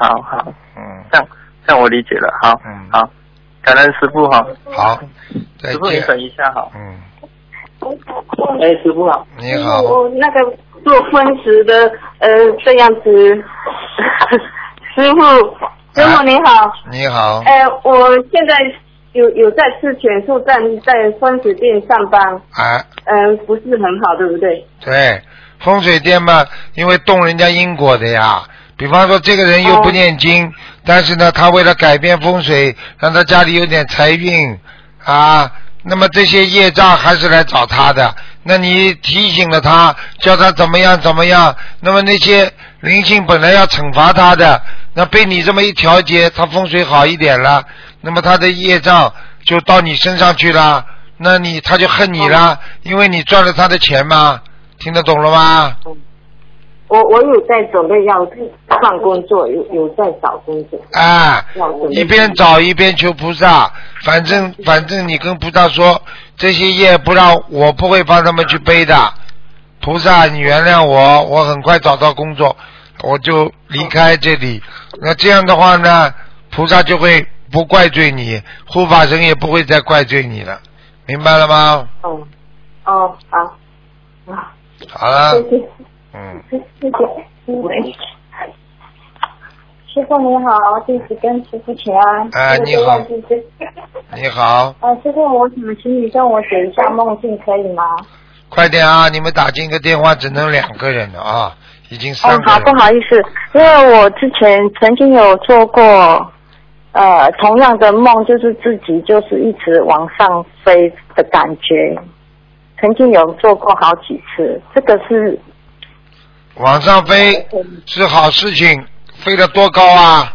这样我理解了。好。感恩师父好，再见。 师父你等一下好。 师傅好。 你好。 我那个做荤食的这样子，师傅你好。 你好。 我现在有在吃全素站，在荤食店上班。不是很好，对不对？ 对，风水店嘛，因为动人家因果的呀。比方说这个人又不念经，但是呢他为了改变风水，让他家里有点财运啊，那么这些业障还是来找他的。那你提醒了他，叫他怎么样，那么那些灵性本来要惩罚他的，那被你这么一调节，他风水好一点了，那么他的业障就到你身上去了，那他就恨你了，因为你赚了他的钱嘛。听得懂了吗？ 我有在准备要换工作，有在找工作。 一边找一边求菩萨，反正你跟菩萨说，这些业我不会帮他们去背的。菩萨，你原谅我很快找到工作，我就离开这里。那这样的话呢，菩萨就会不怪罪你，护法神也不会再怪罪你了，明白了吗？ 好。 好了。 谢谢。谢谢。喂，师傅你好，弟子跟师傅请安。 你好。你好。 师傅，我想请你跟我写一下梦境，可以吗？ 快点啊！你们打进一个电话只能2个人了啊，已经3个人。 好，不好意思，因为我之前曾经有做过同样的梦，就是自己就是一直往上飞的感觉，曾经有做过好几次，这个是。 往上飞是好事情，飞得多高啊？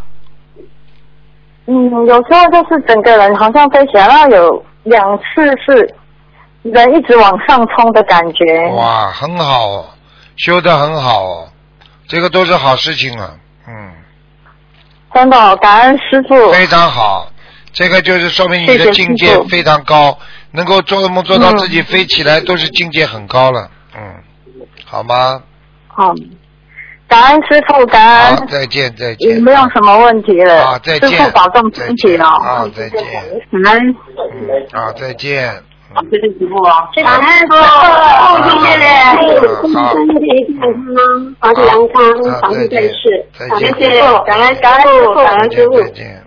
有时候就是整个人好像飞起来，然后有2次是人一直往上冲的感觉。 哇，很好哦，修得很好哦，这个都是好事情啊。 真的，感恩师父。 非常好，这个就是说明你的境界非常高，能够做梦做到自己飞起来，都是境界很高了。好吗？ 好，感恩师父，感恩。 好，再见。 没有什么问题了。 好，再见。 师父保重身体哦。 好，再见。 感恩。 好，再见。 谢谢师父啊。感恩师父，谢谢。 好。 身体健康，保持阳康，防止对事。谢谢，感恩师父。 再见。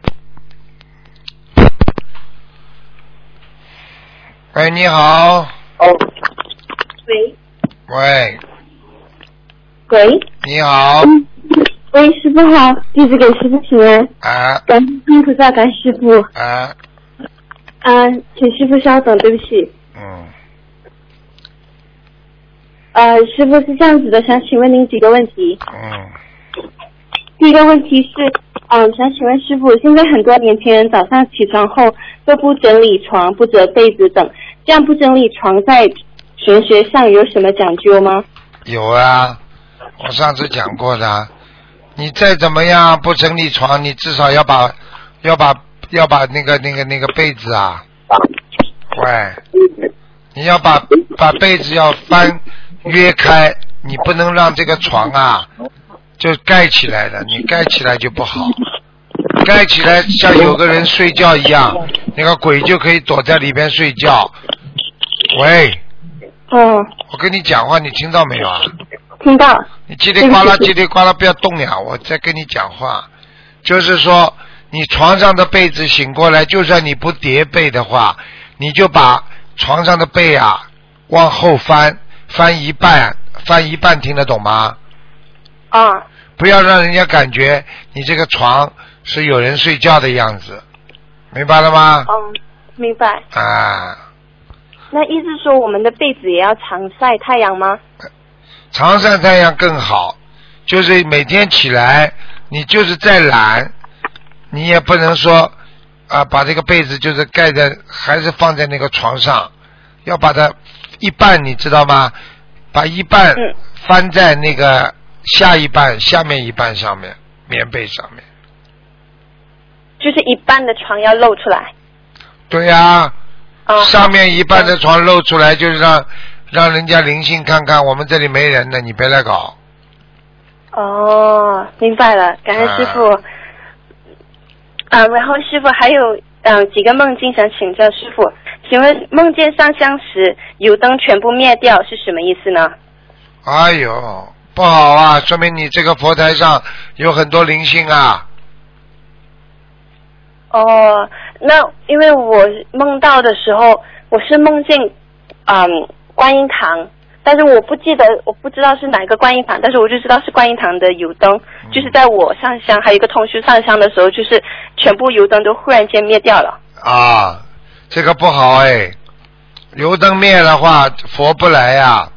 喂，你好。 喂， 你好。 喂，师傅好，弟子给师傅请安。感恩菩萨，感恩师傅。请师傅稍等，对不起。师傅是这样子的，想请问您几个问题。第一个问题是，想请问师傅，现在很多年轻人早上起床后都不整理床、不折被子等，这样不整理床在玄学上有什么讲究吗？ 有啊。我上次讲过的，你再怎么样不整理床，你至少要把那个被子啊，你要把被子要约开，你不能让这个床啊就盖起来的，你盖起来就不好，盖起来像有个人睡觉一样，那个鬼就可以躲在里边睡觉。喂，我跟你讲话，你听到没有啊？ 听到。 你叽里呱啦不要动呀！我在跟你讲话，就是说你床上的被子醒过来，就算你不叠被的话，你就把床上的被啊往后翻一半，听得懂吗？不要让人家感觉你这个床是有人睡觉的样子，明白了吗？ 明白。那意思说我们的被子也要常晒太阳吗？ 常晒太阳更好，就是每天起来你就是再懒，你也不能说把这个被子就是盖在还是放在那个床上，要把它一半，你知道吗？把一半翻在那个下面一半上面，棉被上面， 就是一半的床要露出来。 对呀。上面一半的床露出来，就是让人家灵性看看我们这里没人的，你别来搞。 明白了，感恩师父。然后师父还有几个梦境想请教师父。 请问梦见上香时油灯全部灭掉是什么意思呢？ 哎呦，不好啊，说明你这个佛台上有很多灵性啊。 哦，那因为我梦到的时候，我是梦见观音堂，但是我不知道是哪个观音堂，但是我就知道是观音堂的油灯，就是在我上香还有一个同学上香的时候，就是全部油灯都忽然间灭掉了。 啊，这个不好哎，油灯灭的话佛不来呀。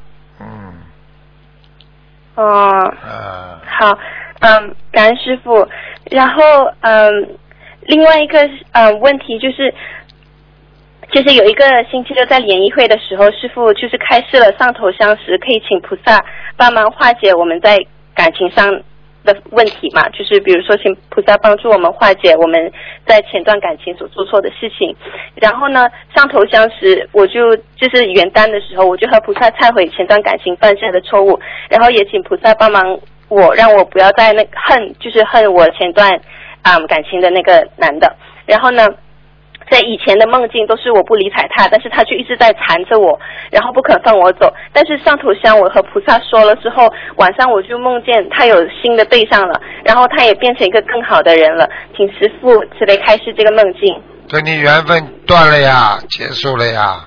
好，感恩师父。然后另外一个问题就是有一个星期六在联谊会的时候，师父就是开示了上头香时可以请菩萨帮忙化解我们在感情上的问题嘛，就是比如说请菩萨帮助我们化解我们在前段感情所做错的事情。然后呢，上头香时我就是元旦的时候，我就和菩萨忏悔前段感情犯下的错误，然后也请菩萨帮忙我，让我不要再恨我前段感情的那个男的。然后呢，在以前的梦境都是我不理睬他，但是他就一直在缠着我，然后不肯放我走。但是上头香我和菩萨说了之后，晚上我就梦见他有新的对象了，然后他也变成一个更好的人了。请师父慈悲开示这个梦境。 跟你缘分断了呀，结束了呀。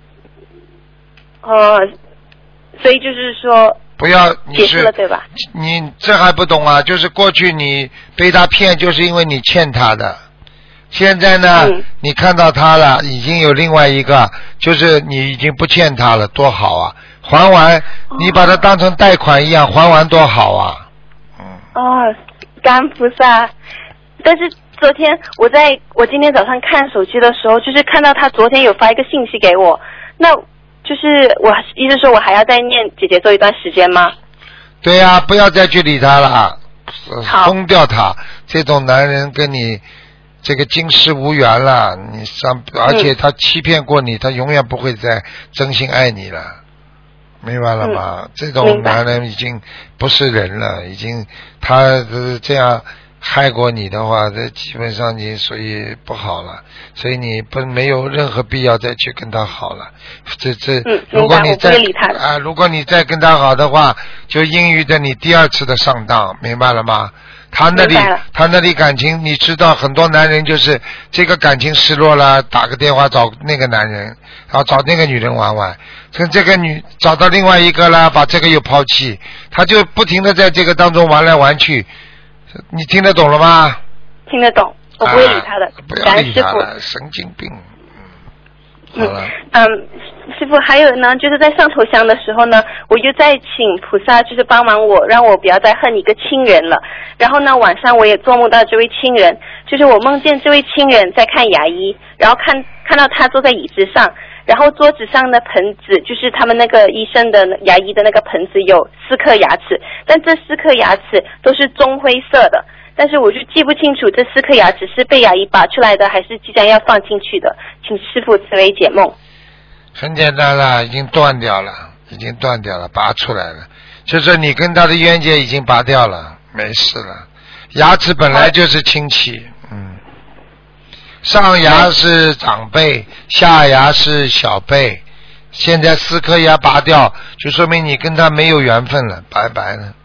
所以就是说不要， 结束了对吧？ 你这还不懂啊？就是过去你被他骗，就是因为你欠他的。现在呢，你看到他了，已经有另外一个，就是你已经不欠他了，多好啊！还完，你把它当成贷款一样还完，多好啊！ 感恩菩萨。但是昨天我今天早上看手机的时候，就是看到他昨天有发一个信息给我，那就是我意思说我还要再念姐姐做一段时间吗？ 对呀，不要再去理他了，封掉他。这种男人跟你这个今世无缘了，而且他欺骗过你，他永远不会再真心爱你了，明白了吗？这种男人已经不是人了，已经他这样害过你的话，这基本上你所以不好了，所以你没有任何必要再去跟他好了。如果你再跟他好的话，就应予着你第二次的上当，明白了吗？他那里感情，你知道很多男人就是这个感情失落了，打个电话找那个男人，然后找那个女人玩玩，跟这个找到另外一个了，把这个又抛弃，他就不停的在这个当中玩来玩去。你听得懂了吗？ 听得懂，我不会理他的。 不要理他了，神经病。好了。 师父，还有呢，就是在上头香的时候呢，我就在请菩萨，就是帮忙我，让我不要再恨一个亲人了。然后呢，晚上我也做梦到这位亲人，就是我梦见这位亲人在看牙医，然后看到他坐在椅子上，然后桌子上的盆子，就是他们那个医生的牙医的那个盆子有4颗牙齿，但这4颗牙齿都是棕灰色的，但是我就记不清楚这4颗牙齿是被牙医拔出来的，还是即将要放进去的，请师父慈悲解梦。 很简单了，已经断掉了，拔出来了，就是你跟他的冤结已经拔掉了，没事了。牙齿本来就是亲戚，上牙是长辈，下牙是小辈，现在4颗牙拔掉，就说明你跟他没有缘分了，拜拜了。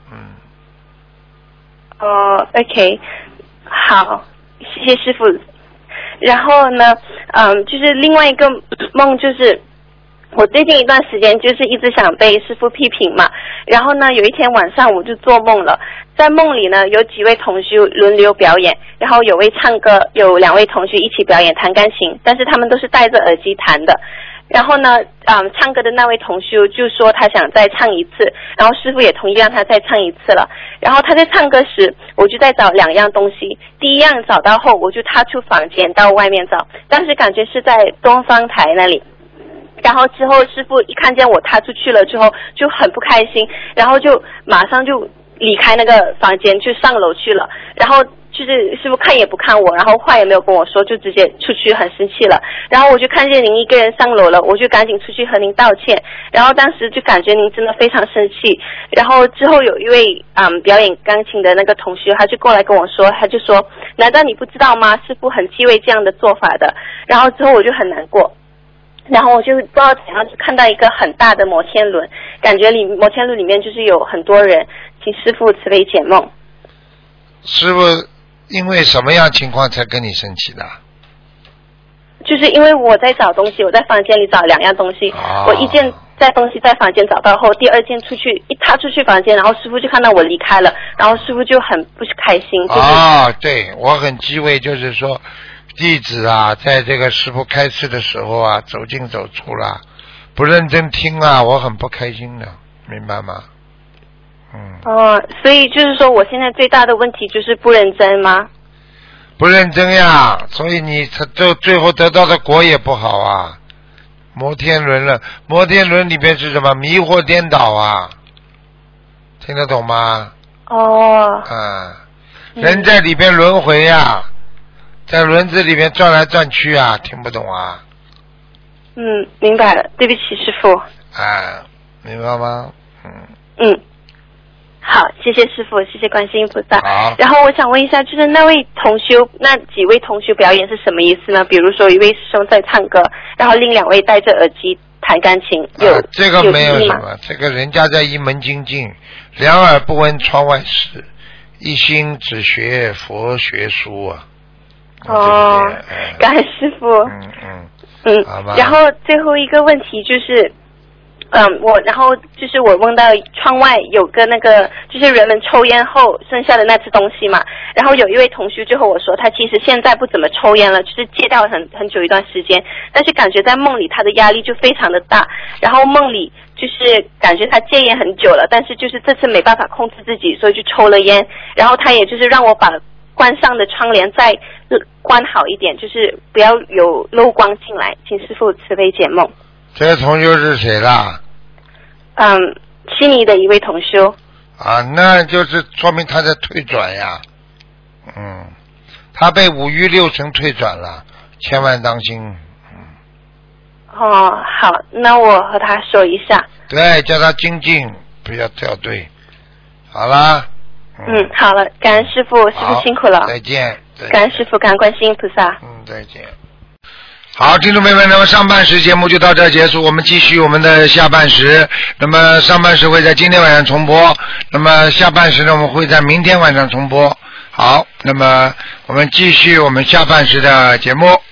OK， 好，谢谢师父。然后呢，就是另外一个梦，就是我最近一段时间就是一直想被师父批评嘛，然后呢有一天晚上我就做梦了，在梦里呢有几位同修轮流表演，然后有位唱歌，有2位同学一起表演弹钢琴，但是他们都是戴着耳机弹的。然后呢唱歌的那位同修就说他想再唱一次，然后师父也同意让他再唱一次了。然后他在唱歌时，我就在找2样东西，第一样找到后，我就踏出房间到外面找，当时感觉是在东方台那里。然后之后师父一看见我踏出去了之后就很不开心，然后就马上就离开那个房间就上楼去了，然后就是师父看也不看我，然后话也没有跟我说，就直接出去，很生气了。然后我就看见您一个人上楼了，我就赶紧出去和您道歉，然后当时就感觉您真的非常生气。然后之后有一位表演钢琴的那个同学，他就过来跟我说，他就说难道你不知道吗，师父很忌讳这样的做法的。然后之后我就很难过， 然后我就不知道怎样就看到一个很大的摩天轮，感觉摩天轮里面就是有很多人，请师父慈悲解梦。 师父因为什么样情况才跟你生气的？ 就是因为我在找东西，我在房间里找2样东西，我一件东西在房间找到后，第2件出去一踏出去房间，然后师父就看到我离开了，然后师父就很不开心。 对，我很忌讳，就是说弟子啊，在这个师父开示的时候啊，走进走出啦，不认真听啊，我很不开心的，明白吗？ 所以就是说我现在最大的问题就是不认真吗？ 不认真呀，所以你最后得到的果也不好啊。摩天轮了，摩天轮里面是什么？迷惑颠倒啊，听得懂吗？人在里边轮回呀，在轮子里面转来转去啊，听不懂啊？ 明白了，对不起师父。 明白吗？ 好，谢谢师父，谢谢观世音菩萨。 好。 然后我想问一下，就是那几位同修表演是什么意思呢？比如说一位师兄在唱歌，然后另2位戴着耳机弹钢琴， 这个没有什么，这个人家在一门精进，两耳不闻窗外事，一心只学佛学书啊。 感恩师父。然后最后一个问题就是。然后就是我梦到窗外有个那个，就是人们抽烟后剩下的那次东西嘛。然后有一位同学就和我说，他其实现在不怎么抽烟了，就是戒掉很久一段时间，但是感觉在梦里他的压力就非常的大。然后梦里就是感觉他戒烟很久了，但是就是这次没办法控制自己，所以就抽了烟。然后他也就是让我把关上的窗帘再关好一点，就是不要有漏光进来，请师父慈悲解梦。 这个同修是谁啦？ 悉尼的一位同修。 那就是说明他在退转呀。他被5欲6尘退转了，千万当心。 好，那我和他说一下。 对，叫他精进，不要掉队。好啦。 好了，感恩师父，师父辛苦了。 再见。 感恩师父，感恩观世音菩萨。 再见。好，听众朋友们，那么上半时节目就到这儿结束，我们继续我们的下半时。那么上半时会在今天晚上重播，那么下半时呢，我们会在明天晚上重播。好，那么我们继续我们下半时的节目。